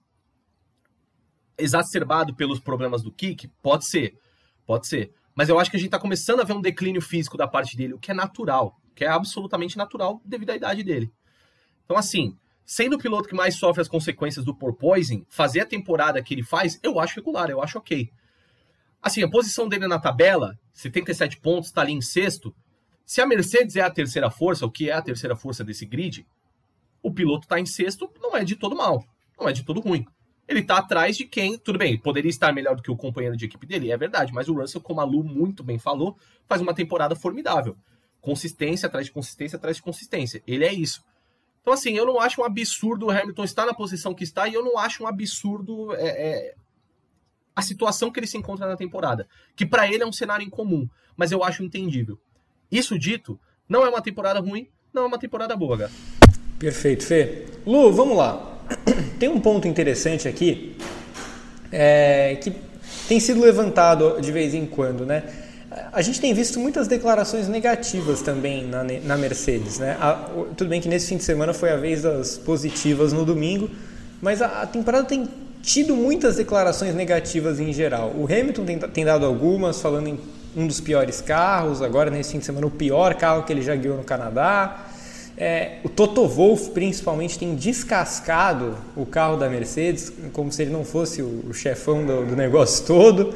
Exacerbado pelos problemas do kick? Pode ser, pode ser. Mas eu acho que a gente está começando a ver um declínio físico da parte dele, o que é natural, que é absolutamente natural devido à idade dele. Então, assim, sendo o piloto que mais sofre as consequências do porpoising, fazer a temporada que ele faz, eu acho regular, eu acho ok. Assim, a posição dele na tabela, setenta e sete pontos, está ali em sexto. Se a Mercedes é a terceira força, o que é a terceira força desse grid, o piloto está em sexto, não é de todo mal, não é de todo ruim. Ele está atrás de quem, tudo bem, poderia estar melhor do que o companheiro de equipe dele, é verdade, mas o Russell, como a Lu muito bem falou, faz uma temporada formidável. Consistência atrás de consistência atrás de consistência. Ele é isso. Então, assim, eu não acho um absurdo o Hamilton estar na posição que está e eu não acho um absurdo é, é, a situação que ele se encontra na temporada. Que para ele é um cenário incomum, mas eu acho entendível. Isso dito, não é uma temporada ruim, não é uma temporada boa, Gá. Perfeito, Fê. Lu, vamos lá. Tem um ponto interessante aqui é, que tem sido levantado de vez em quando, né? A gente tem visto muitas declarações negativas também na, na Mercedes, né? A, tudo bem que nesse fim de semana foi a vez das positivas no domingo, mas a, a temporada tem tido muitas declarações negativas em geral. O Hamilton tem, tem dado algumas, falando em um dos piores carros, agora nesse fim de semana o pior carro que ele já guiou no Canadá. É, o Toto Wolff principalmente tem descascado o carro da Mercedes como se ele não fosse o, o chefão do, do negócio todo.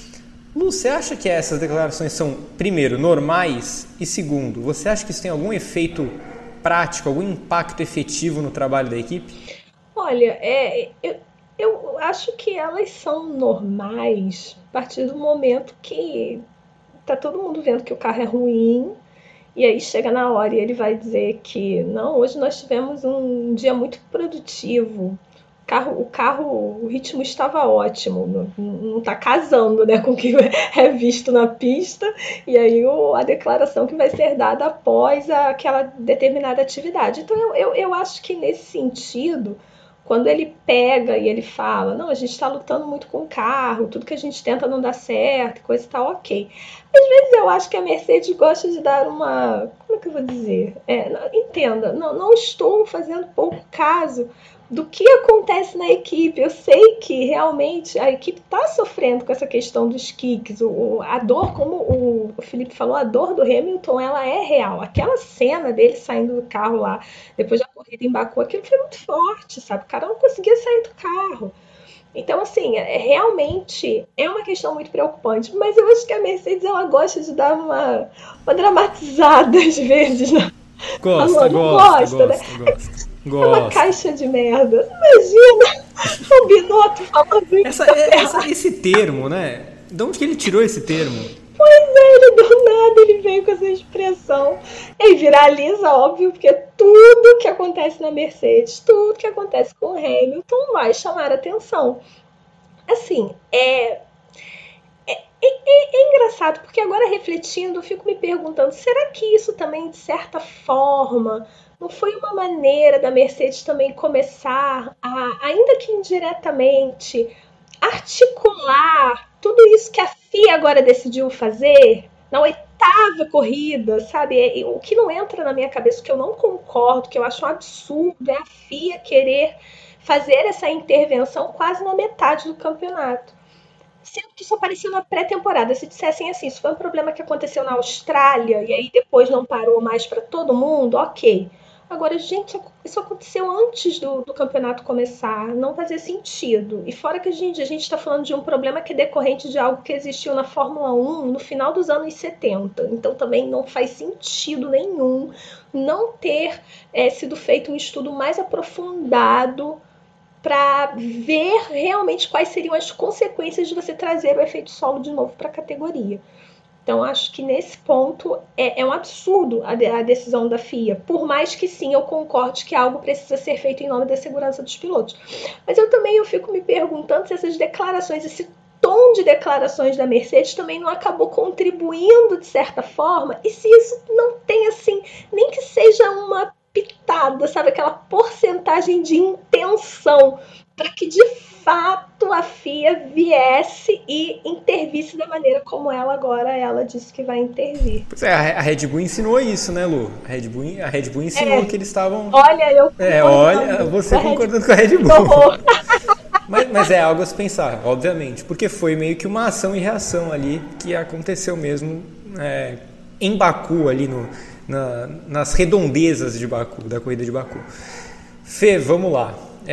Lu, você acha que essas declarações são, primeiro, normais e segundo, você acha que isso tem algum efeito prático, algum impacto efetivo no trabalho da equipe? Olha, é, eu, eu acho que elas são normais a partir do momento que tá todo mundo vendo que o carro é ruim. E aí chega na hora e ele vai dizer que não, hoje nós tivemos um dia muito produtivo, o carro, o, carro, o ritmo estava ótimo, não está casando, né, com o que é visto na pista, e aí o, a declaração que vai ser dada após aquela determinada atividade. Então eu, eu, eu acho que nesse sentido, quando ele pega e ele fala, não, a gente está lutando muito com o carro, tudo que a gente tenta não dá certo, coisa está ok. Às vezes eu acho que a Mercedes gosta de dar uma... Como é que eu vou dizer? É, não, entenda, não, não estou fazendo pouco caso do que acontece na equipe. Eu sei que realmente a equipe está sofrendo com essa questão dos kicks. O, a dor, como o, o Felipe falou, a dor do Hamilton, ela é real. Aquela cena dele saindo do carro lá, depois da corrida em Baku, aquilo foi muito forte, sabe? O cara não conseguia sair do carro. Então, assim, é, realmente é uma questão muito preocupante, mas eu acho que a Mercedes, ela gosta de dar uma, uma dramatizada às vezes. Né? Gosta, Amor, gosta, gosta, gosta, né? gosta, É gosta. uma caixa de merda. Imagina o Binotto falando isso. Essa, essa, esse termo, né? De onde que ele tirou esse termo? Pois é, ele do nada ele veio com essa expressão. E viraliza, óbvio, porque tudo que acontece na Mercedes, tudo que acontece com o Hamilton vai chamar a atenção. Assim, é, é, é, é engraçado, porque agora refletindo, eu fico me perguntando, será que isso também, de certa forma, não foi uma maneira da Mercedes também começar a, ainda que indiretamente, articular tudo isso que a F I A agora decidiu fazer na oitava corrida, sabe? O que não entra na minha cabeça, o que eu não concordo, que eu acho um absurdo, é a F I A querer fazer essa intervenção quase na metade do campeonato. Sendo que isso apareceu na pré-temporada. Se dissessem assim, isso foi um problema que aconteceu na Austrália e aí depois não parou mais para todo mundo, ok. Agora, gente, isso aconteceu antes do, do campeonato começar, não fazia sentido. E fora que a gente a gente está falando de um problema que é decorrente de algo que existiu na Fórmula um no final dos anos setenta. Então também não faz sentido nenhum não ter é, sido feito um estudo mais aprofundado para ver realmente quais seriam as consequências de você trazer o efeito solo de novo para a categoria. Então, acho que nesse ponto é, é um absurdo a, de, a decisão da F I A, por mais que sim, eu concorde que algo precisa ser feito em nome da segurança dos pilotos. Mas eu também eu fico me perguntando se essas declarações, esse tom de declarações da Mercedes também não acabou contribuindo de certa forma, e se isso não tem assim, nem que seja uma pitada, sabe, aquela porcentagem de intenção para que de fato a F I A viesse e intervisse da maneira como ela agora ela disse que vai intervir. Pois é, a Red Bull ensinou isso, né, Lu? A Red Bull, a Red Bull ensinou é. que eles estavam... Olha, eu É, olha, você concordando com a Red Bull. mas, mas é algo a se pensar, obviamente, porque foi meio que uma ação e reação ali que aconteceu mesmo é, em Baku, ali no, na, nas redondezas de Baku, da corrida de Baku. Fê, vamos lá.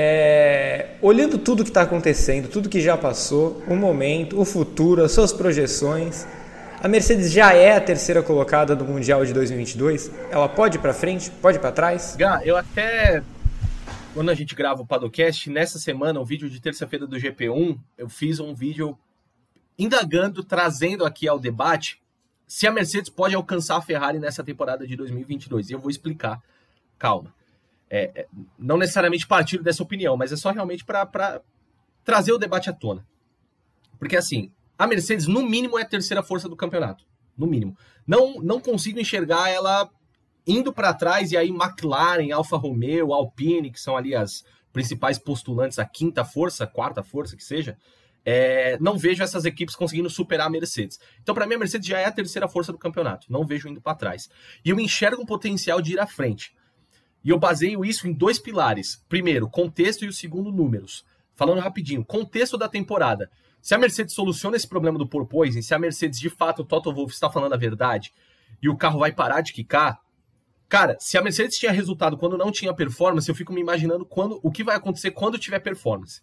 É, olhando tudo que está acontecendo, tudo que já passou, o momento, o futuro, as suas projeções, a Mercedes já é a terceira colocada do Mundial de dois mil e vinte e dois? Ela pode ir para frente? Pode ir para trás? Gá, eu até, quando a gente grava o Padocast, nessa semana, o vídeo de terça-feira do G P um, eu fiz um vídeo indagando, trazendo aqui ao debate se a Mercedes pode alcançar a Ferrari nessa temporada de dois mil e vinte e dois. E eu vou explicar, calma. É, não necessariamente partilho dessa opinião, mas é só realmente para trazer o debate à tona. Porque assim, a Mercedes no mínimo é a terceira força do campeonato. No mínimo. Não, não consigo enxergar ela indo para trás e aí McLaren, Alfa Romeo, Alpine, que são ali as principais postulantes, a quinta força, a quarta força que seja, é, não vejo essas equipes conseguindo superar a Mercedes. Então para mim a Mercedes já é a terceira força do campeonato. Não vejo indo para trás. E eu enxergo um potencial de ir à frente. E eu baseio isso em dois pilares. Primeiro, contexto e o segundo, números. Falando rapidinho, contexto da temporada. Se a Mercedes soluciona esse problema do porpoising, se a Mercedes, de fato, o Toto Wolff está falando a verdade e o carro vai parar de quicar, cara, se a Mercedes tinha resultado quando não tinha performance, eu fico me imaginando quando, o que vai acontecer quando tiver performance.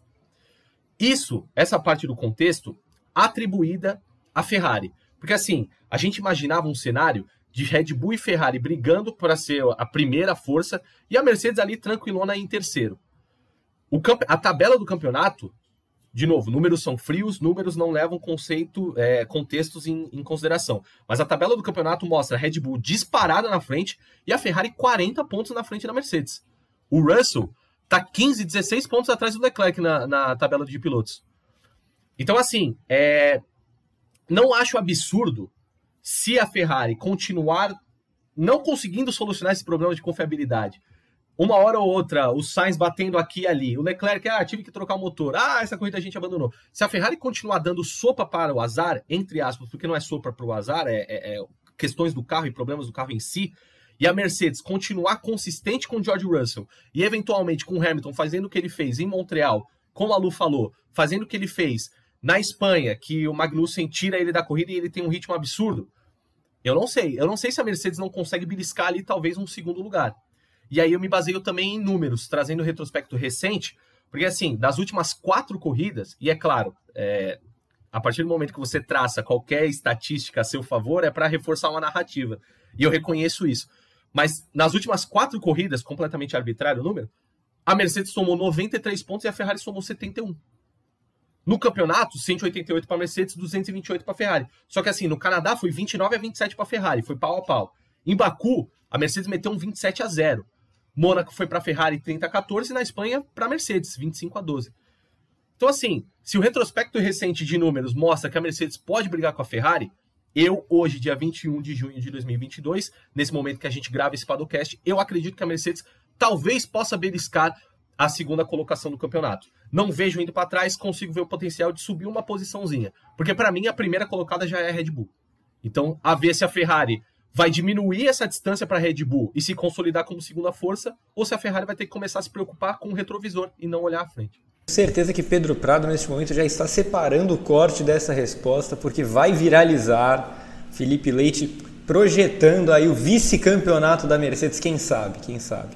Isso, essa parte do contexto, atribuída à Ferrari. Porque assim, a gente imaginava um cenário de Red Bull e Ferrari brigando para ser a primeira força e a Mercedes ali tranquilona em terceiro. O campe... A tabela do campeonato, de novo, números são frios, números não levam conceito, é, contextos em, em consideração. Mas a tabela do campeonato mostra a Red Bull disparada na frente e a Ferrari quarenta pontos na frente da Mercedes. O Russell está quinze, dezesseis pontos atrás do Leclerc na, na tabela de pilotos. Então, assim, é... não acho absurdo se a Ferrari continuar não conseguindo solucionar esse problema de confiabilidade, uma hora ou outra, o Sainz batendo aqui e ali, o Leclerc, ah, tive que trocar o motor, ah, essa corrida a gente abandonou. Se a Ferrari continuar dando sopa para o azar, entre aspas, porque não é sopa para o azar, é, é, é questões do carro e problemas do carro em si, e a Mercedes continuar consistente com o George Russell e eventualmente com o Hamilton fazendo o que ele fez em Montreal, como a Lu falou, fazendo o que ele fez na Espanha, que o Magnussen tira ele da corrida e ele tem um ritmo absurdo, eu não sei. Eu não sei se a Mercedes não consegue beliscar ali talvez um segundo lugar. E aí eu me baseio também em números, trazendo o retrospecto recente, porque assim, das últimas quatro corridas, e é claro, é, a partir do momento que você traça qualquer estatística a seu favor, é para reforçar uma narrativa. E eu reconheço isso. Mas nas últimas quatro corridas, completamente arbitrário o número, a Mercedes somou noventa e três pontos e a Ferrari somou setenta e um. No campeonato, cento e oitenta e oito para a Mercedes, duzentos e vinte e oito para a Ferrari. Só que assim, no Canadá foi vinte e nove a vinte e sete para a Ferrari, foi pau a pau. Em Baku, a Mercedes meteu um vinte e sete a zero. Mônaco foi para a Ferrari trinta a quatorze e na Espanha para a Mercedes, vinte e cinco a doze. Então assim, se o retrospecto recente de números mostra que a Mercedes pode brigar com a Ferrari, eu hoje, dia vinte e um de junho de dois mil e vinte e dois, nesse momento que a gente grava esse podcast, eu acredito que a Mercedes talvez possa beliscar a segunda colocação do campeonato. Não vejo indo para trás, consigo ver o potencial de subir uma posiçãozinha. Porque para mim a primeira colocada já é a Red Bull. Então, a ver se a Ferrari vai diminuir essa distância para a Red Bull e se consolidar como segunda força, ou se a Ferrari vai ter que começar a se preocupar com o retrovisor e não olhar à frente. Certeza que Pedro Prado neste momento já está separando o corte dessa resposta, porque vai viralizar Felipe Leite projetando aí o vice-campeonato da Mercedes, quem sabe, quem sabe.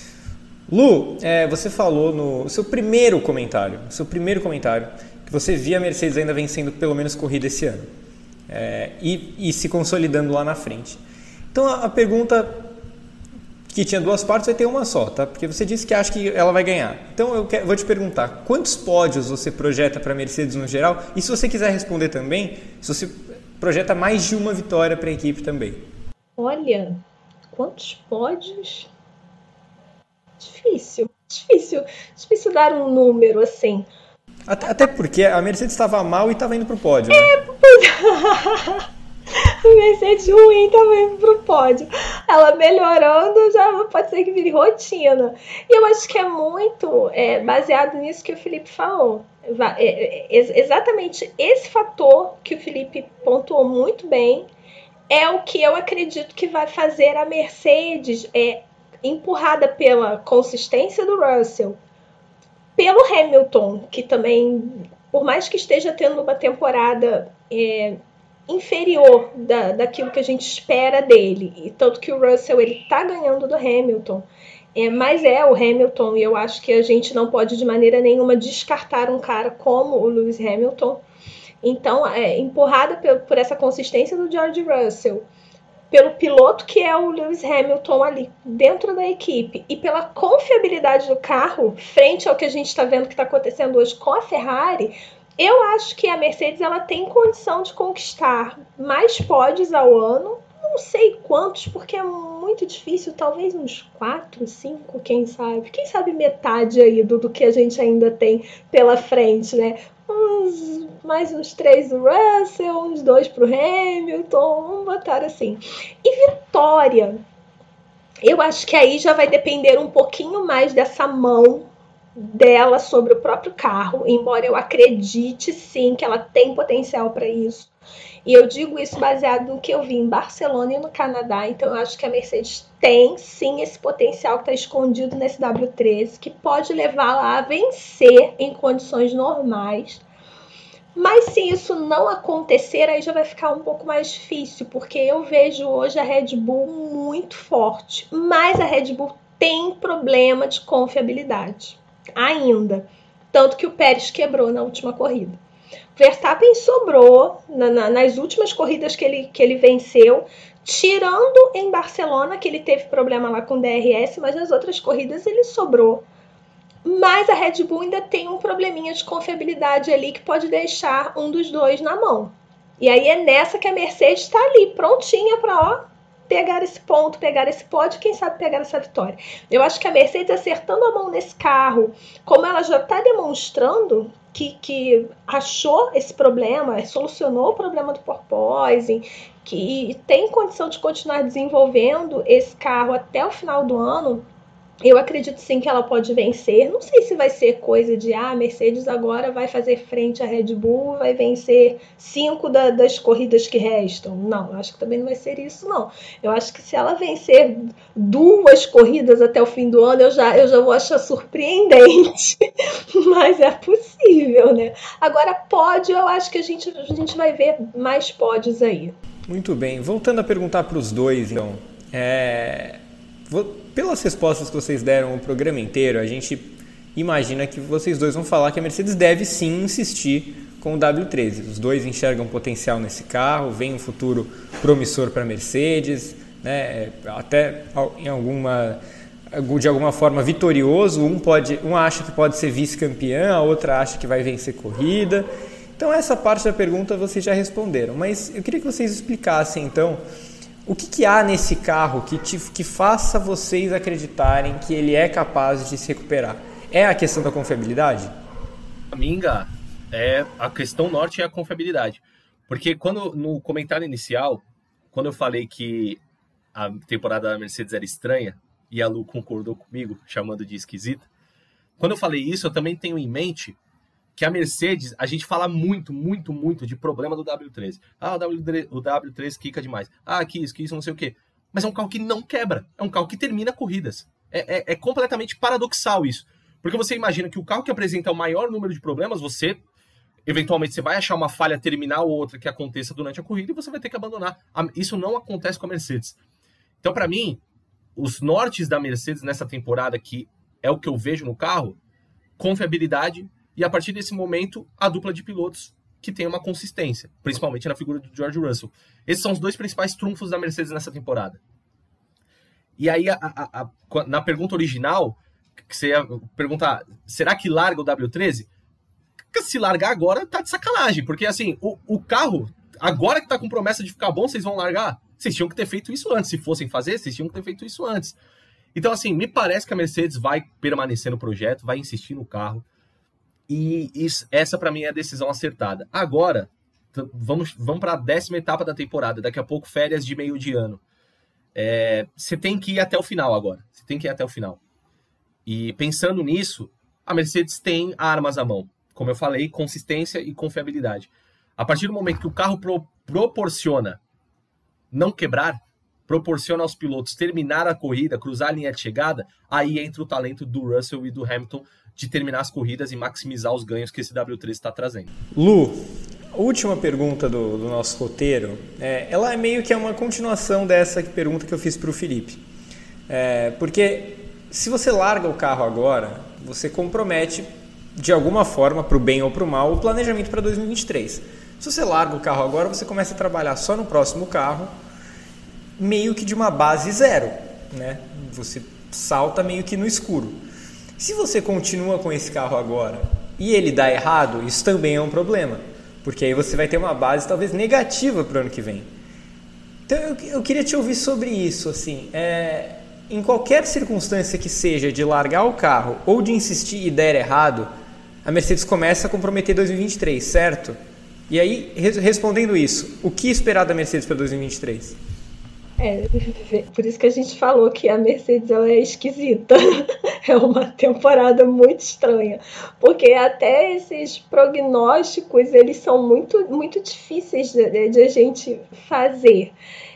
Lu, é, você falou no seu primeiro comentário, seu primeiro comentário, que você via a Mercedes ainda vencendo pelo menos corrida esse ano é, e, e se consolidando lá na frente. Então a, a pergunta que tinha duas partes vai ter uma só, tá? Porque você disse que acha que ela vai ganhar. Então eu quero, vou te perguntar, quantos pódios você projeta para a Mercedes no geral? E se você quiser responder também, se você projeta mais de uma vitória para a equipe também. Olha, quantos pódios? Difícil, difícil, difícil dar um número assim. Até, até porque a Mercedes estava mal e estava indo pro pódio, né? É, Mercedes ruim também pro pódio. Ela melhorando, já pode ser que vire rotina. E eu acho que é muito é, baseado nisso que o Felipe falou. É, é, exatamente esse fator que o Felipe pontuou muito bem é o que eu acredito que vai fazer a Mercedes, é, empurrada pela consistência do Russell, pelo Hamilton, que também, por mais que esteja tendo uma temporada é, inferior da, daquilo que a gente espera dele, e tanto que o Russell ele tá ganhando do Hamilton, é, mas é o Hamilton, e eu acho que a gente não pode de maneira nenhuma descartar um cara como o Lewis Hamilton. Então, é, empurrada por, por essa consistência do George Russell, pelo piloto que é o Lewis Hamilton ali dentro da equipe e pela confiabilidade do carro frente ao que a gente está vendo que está acontecendo hoje com a Ferrari, eu acho que a Mercedes ela tem condição de conquistar mais pódios ao ano. Não sei quantos, porque é muito difícil, talvez uns quatro, cinco, quem sabe. Quem sabe metade aí do, do que a gente ainda tem pela frente, né? Uns, mais uns três do Russell, uns dois pro Hamilton, vamos botar assim. E vitória, eu acho que aí já vai depender um pouquinho mais dessa mão dela sobre o próprio carro, embora eu acredite sim que ela tem potencial para isso. E eu digo isso baseado no que eu vi em Barcelona e no Canadá. Então eu acho que a Mercedes tem sim esse potencial que está escondido nesse W treze, que pode levá-la a vencer em condições normais. Mas se isso não acontecer, aí já vai ficar um pouco mais difícil, porque eu vejo hoje a Red Bull muito forte. Mas a Red Bull tem problema de confiabilidade ainda. Tanto que o Pérez quebrou na última corrida. Verstappen sobrou na, na, nas últimas corridas que ele, que ele venceu, tirando em Barcelona, que ele teve problema lá com o D R S, mas nas outras corridas ele sobrou. Mas a Red Bull ainda tem um probleminha de confiabilidade ali que pode deixar um dos dois na mão. E aí é nessa que a Mercedes está ali, prontinha para pegar esse ponto, pegar esse pódio, quem sabe pegar essa vitória. Eu acho que a Mercedes acertando a mão nesse carro, como ela já está demonstrando que, que achou esse problema, solucionou o problema do porpoising, que tem condição de continuar desenvolvendo esse carro até o final do ano, eu acredito sim que ela pode vencer. Não sei se vai ser coisa de ah, a Mercedes agora vai fazer frente à Red Bull, vai vencer cinco da, das corridas que restam. Não, eu acho que também não vai ser isso, não. Eu acho que se ela vencer duas corridas até o fim do ano, eu já, eu já vou achar surpreendente. Mas é possível, né? Agora, pódio, eu acho que a gente, a gente vai ver mais pódios aí. Muito bem. Voltando a perguntar para os dois, então. É... Pelas respostas que vocês deram o programa inteiro, a gente imagina que vocês dois vão falar que a Mercedes deve sim insistir com o W treze. Os dois enxergam potencial nesse carro, vem um futuro promissor para a Mercedes, né? Até em alguma, de alguma forma vitorioso. Um, pode, um acha que pode ser vice-campeã, a outra acha que vai vencer corrida. Então essa parte da pergunta vocês já responderam, mas eu queria que vocês explicassem então o que, que há nesse carro que, te, que faça vocês acreditarem que ele é capaz de se recuperar? É a questão da confiabilidade? Para mim, Gá, é, a questão norte é a confiabilidade. Porque quando no comentário inicial, quando eu falei que a temporada da Mercedes era estranha, e a Lu concordou comigo, chamando de esquisita, quando eu falei isso, eu também tenho em mente que a Mercedes, a gente fala muito, muito, muito de problema do W treze. Ah, o W treze, o W treze quica demais. Ah, que isso, que isso, não sei o quê. Mas é um carro que não quebra. É um carro que termina corridas. É, é, é completamente paradoxal isso. Porque você imagina que o carro que apresenta o maior número de problemas, você, eventualmente, você vai achar uma falha terminal ou outra que aconteça durante a corrida e você vai ter que abandonar. Isso não acontece com a Mercedes. Então, para mim, os nortes da Mercedes nessa temporada, que é o que eu vejo no carro, confiabilidade. E a partir desse momento, a dupla de pilotos que tem uma consistência, principalmente na figura do George Russell. Esses são os dois principais trunfos da Mercedes nessa temporada. E aí, a, a, a, na pergunta original, que você ia perguntar, será que larga o W treze? Se largar agora, tá de sacanagem, porque assim, o, o carro, agora que tá com promessa de ficar bom, vocês vão largar? Vocês tinham que ter feito isso antes. Se fossem fazer, vocês tinham que ter feito isso antes. Então, assim, me parece que a Mercedes vai permanecer no projeto, vai insistir no carro. E isso, essa, para mim, é a decisão acertada. Agora, vamos, vamos para a décima etapa da temporada, daqui a pouco férias de meio de ano. É, você tem que ir até o final agora, você tem que ir até o final. E pensando nisso, a Mercedes tem armas à mão, como eu falei, consistência e confiabilidade. A partir do momento que o carro pro, proporciona não quebrar, proporciona aos pilotos terminar a corrida, cruzar a linha de chegada, aí entra o talento do Russell e do Hamilton de terminar as corridas e maximizar os ganhos que esse W treze está trazendo. Lu, última pergunta do, do nosso roteiro, é, ela é meio que uma continuação dessa pergunta que eu fiz para o Felipe. É, porque se você larga o carro agora, você compromete de alguma forma, para o bem ou para o mal, o planejamento para dois mil e vinte e três. Se você larga o carro agora, você começa a trabalhar só no próximo carro, meio que de uma base zero, né? Você salta meio que no escuro. Se você continua com esse carro agora e ele dá errado, isso também é um problema, porque aí você vai ter uma base talvez negativa para o ano que vem. Então eu, eu queria te ouvir sobre isso, assim, é, em qualquer circunstância que seja de largar o carro ou de insistir e der errado, a Mercedes começa a comprometer dois mil e vinte e três, certo? E aí, respondendo isso, o que esperar da Mercedes para dois mil e vinte e três? É, por isso que a gente falou que a Mercedes ela é esquisita. É uma temporada muito estranha. Porque até esses prognósticos, eles são muito, muito difíceis de, de a gente fazer.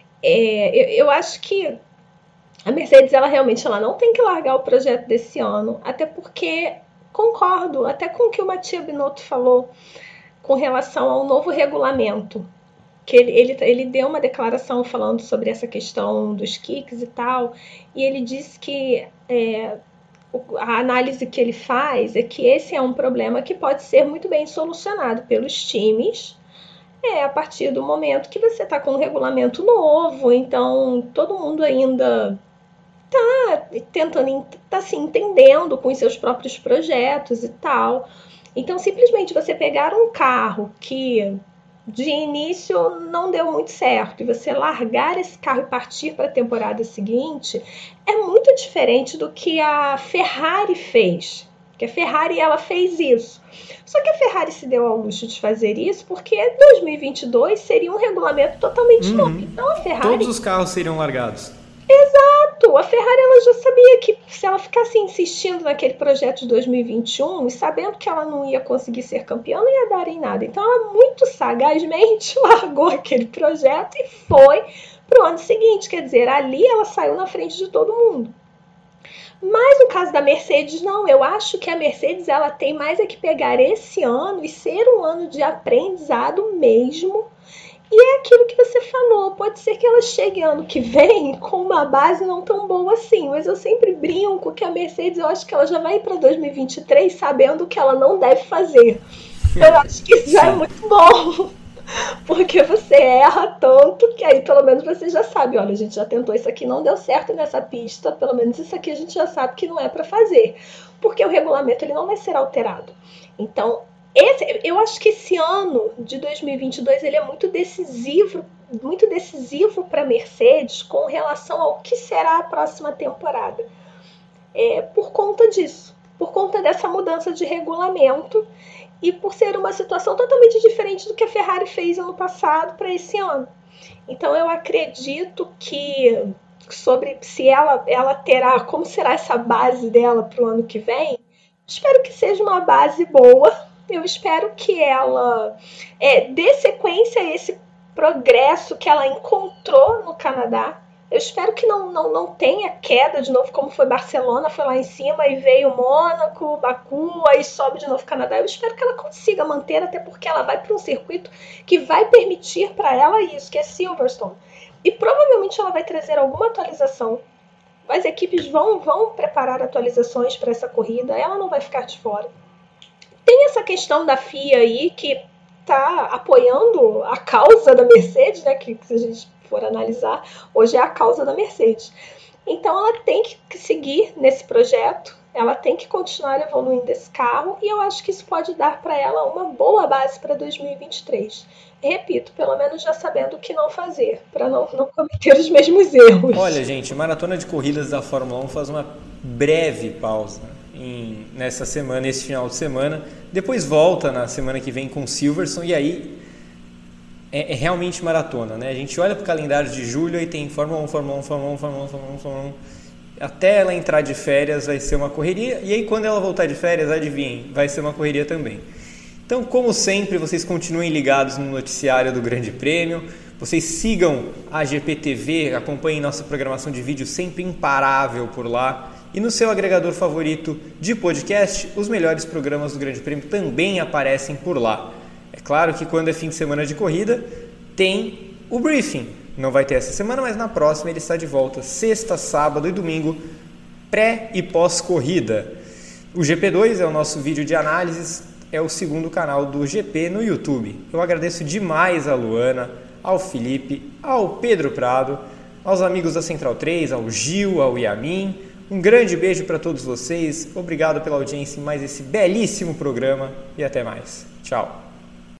É, eu, eu acho que a Mercedes, ela realmente ela não tem que largar o projeto desse ano. Até porque, concordo até com o que o Mattia Binotto falou com relação ao novo regulamento. Que ele, ele, ele deu uma declaração falando sobre essa questão dos kicks e tal, e ele disse que é, a análise que ele faz é que esse é um problema que pode ser muito bem solucionado pelos times é, a partir do momento que você está com um regulamento novo, então todo mundo ainda está tentando, está se entendendo com os seus próprios projetos e tal. Então, simplesmente você pegar um carro que de início não deu muito certo e você largar esse carro e partir para a temporada seguinte é muito diferente do que a Ferrari fez. Porque a Ferrari ela fez isso. Só que a Ferrari se deu ao luxo de fazer isso porque dois mil e vinte e dois seria um regulamento totalmente uhum. novo. Então a Ferrari... Todos os carros seriam largados. Exato! A Ferrari ela já sabia que se ela ficasse insistindo naquele projeto de dois mil e vinte e um e sabendo que ela não ia conseguir ser campeã, não ia dar em nada. Então ela muito sagazmente largou aquele projeto e foi para o ano seguinte. Quer dizer, ali ela saiu na frente de todo mundo. Mas no caso da Mercedes, não. Eu acho que a Mercedes ela tem mais é que pegar esse ano e ser um ano de aprendizado mesmo. E é aquilo que você falou, pode ser que ela chegue ano que vem com uma base não tão boa assim, mas eu sempre brinco que a Mercedes, eu acho que ela já vai para dois mil e vinte e três sabendo o que ela não deve fazer. Eu acho que isso já é muito bom, porque você erra tanto que aí pelo menos você já sabe, olha, a gente já tentou isso aqui, não deu certo nessa pista, pelo menos isso aqui a gente já sabe que não é para fazer, porque o regulamento ele não vai ser alterado. Então, Esse, eu acho que esse ano de dois mil e vinte e dois ele é muito decisivo, muito decisivo para a Mercedes com relação ao que será a próxima temporada. É, por conta disso, por conta dessa mudança de regulamento e por ser uma situação totalmente diferente do que a Ferrari fez ano passado para esse ano. Então eu acredito que sobre se ela, ela terá, como será essa base dela para o ano que vem, espero que seja uma base boa. Eu espero que ela é, dê sequência a esse progresso que ela encontrou no Canadá. Eu espero que não, não, não tenha queda de novo, como foi Barcelona, foi lá em cima e veio Mônaco, Baku, aí sobe de novo o Canadá. Eu espero que ela consiga manter, até porque ela vai para um circuito que vai permitir para ela isso, que é Silverstone. E provavelmente ela vai trazer alguma atualização. As equipes vão, vão preparar atualizações para essa corrida, ela não vai ficar de fora. Tem essa questão da F I A aí que está apoiando a causa da Mercedes, né? Que se a gente for analisar, hoje é a causa da Mercedes. Então ela tem que seguir nesse projeto, ela tem que continuar evoluindo esse carro e eu acho que isso pode dar para ela uma boa base para dois mil e vinte e três. Repito, pelo menos já sabendo o que não fazer, para não, não cometer os mesmos erros. Olha, gente, a Maratona de Corridas da Fórmula um faz uma breve pausa Em, nessa semana, esse final de semana, depois volta na semana que vem com Silverstone e aí é, é realmente maratona, né? A gente olha para o calendário de julho e tem Fórmula um, Fórmula um, Fórmula um, Fórmula um, Fórmula um, Fórmula um. Até ela entrar de férias vai ser uma correria, e aí quando ela voltar de férias, adivinhem, vai ser uma correria também. Então, como sempre, vocês continuem ligados no noticiário do Grande Prêmio, vocês sigam a G P T V, acompanhem nossa programação de vídeo sempre imparável por lá, e no seu agregador favorito de podcast, os melhores programas do Grande Prêmio também aparecem por lá. É claro que quando é fim de semana de corrida, tem o briefing. Não vai ter essa semana, mas na próxima ele está de volta, sexta, sábado e domingo, pré e pós-corrida. O G P dois é o nosso vídeo de análises, é o segundo canal do G P no YouTube. Eu agradeço demais a Luana, ao Felipe, ao Pedro Prado, aos amigos da Central três, ao Gil, ao Yamin. Um grande beijo para todos vocês, obrigado pela audiência em mais esse belíssimo programa e até mais. Tchau!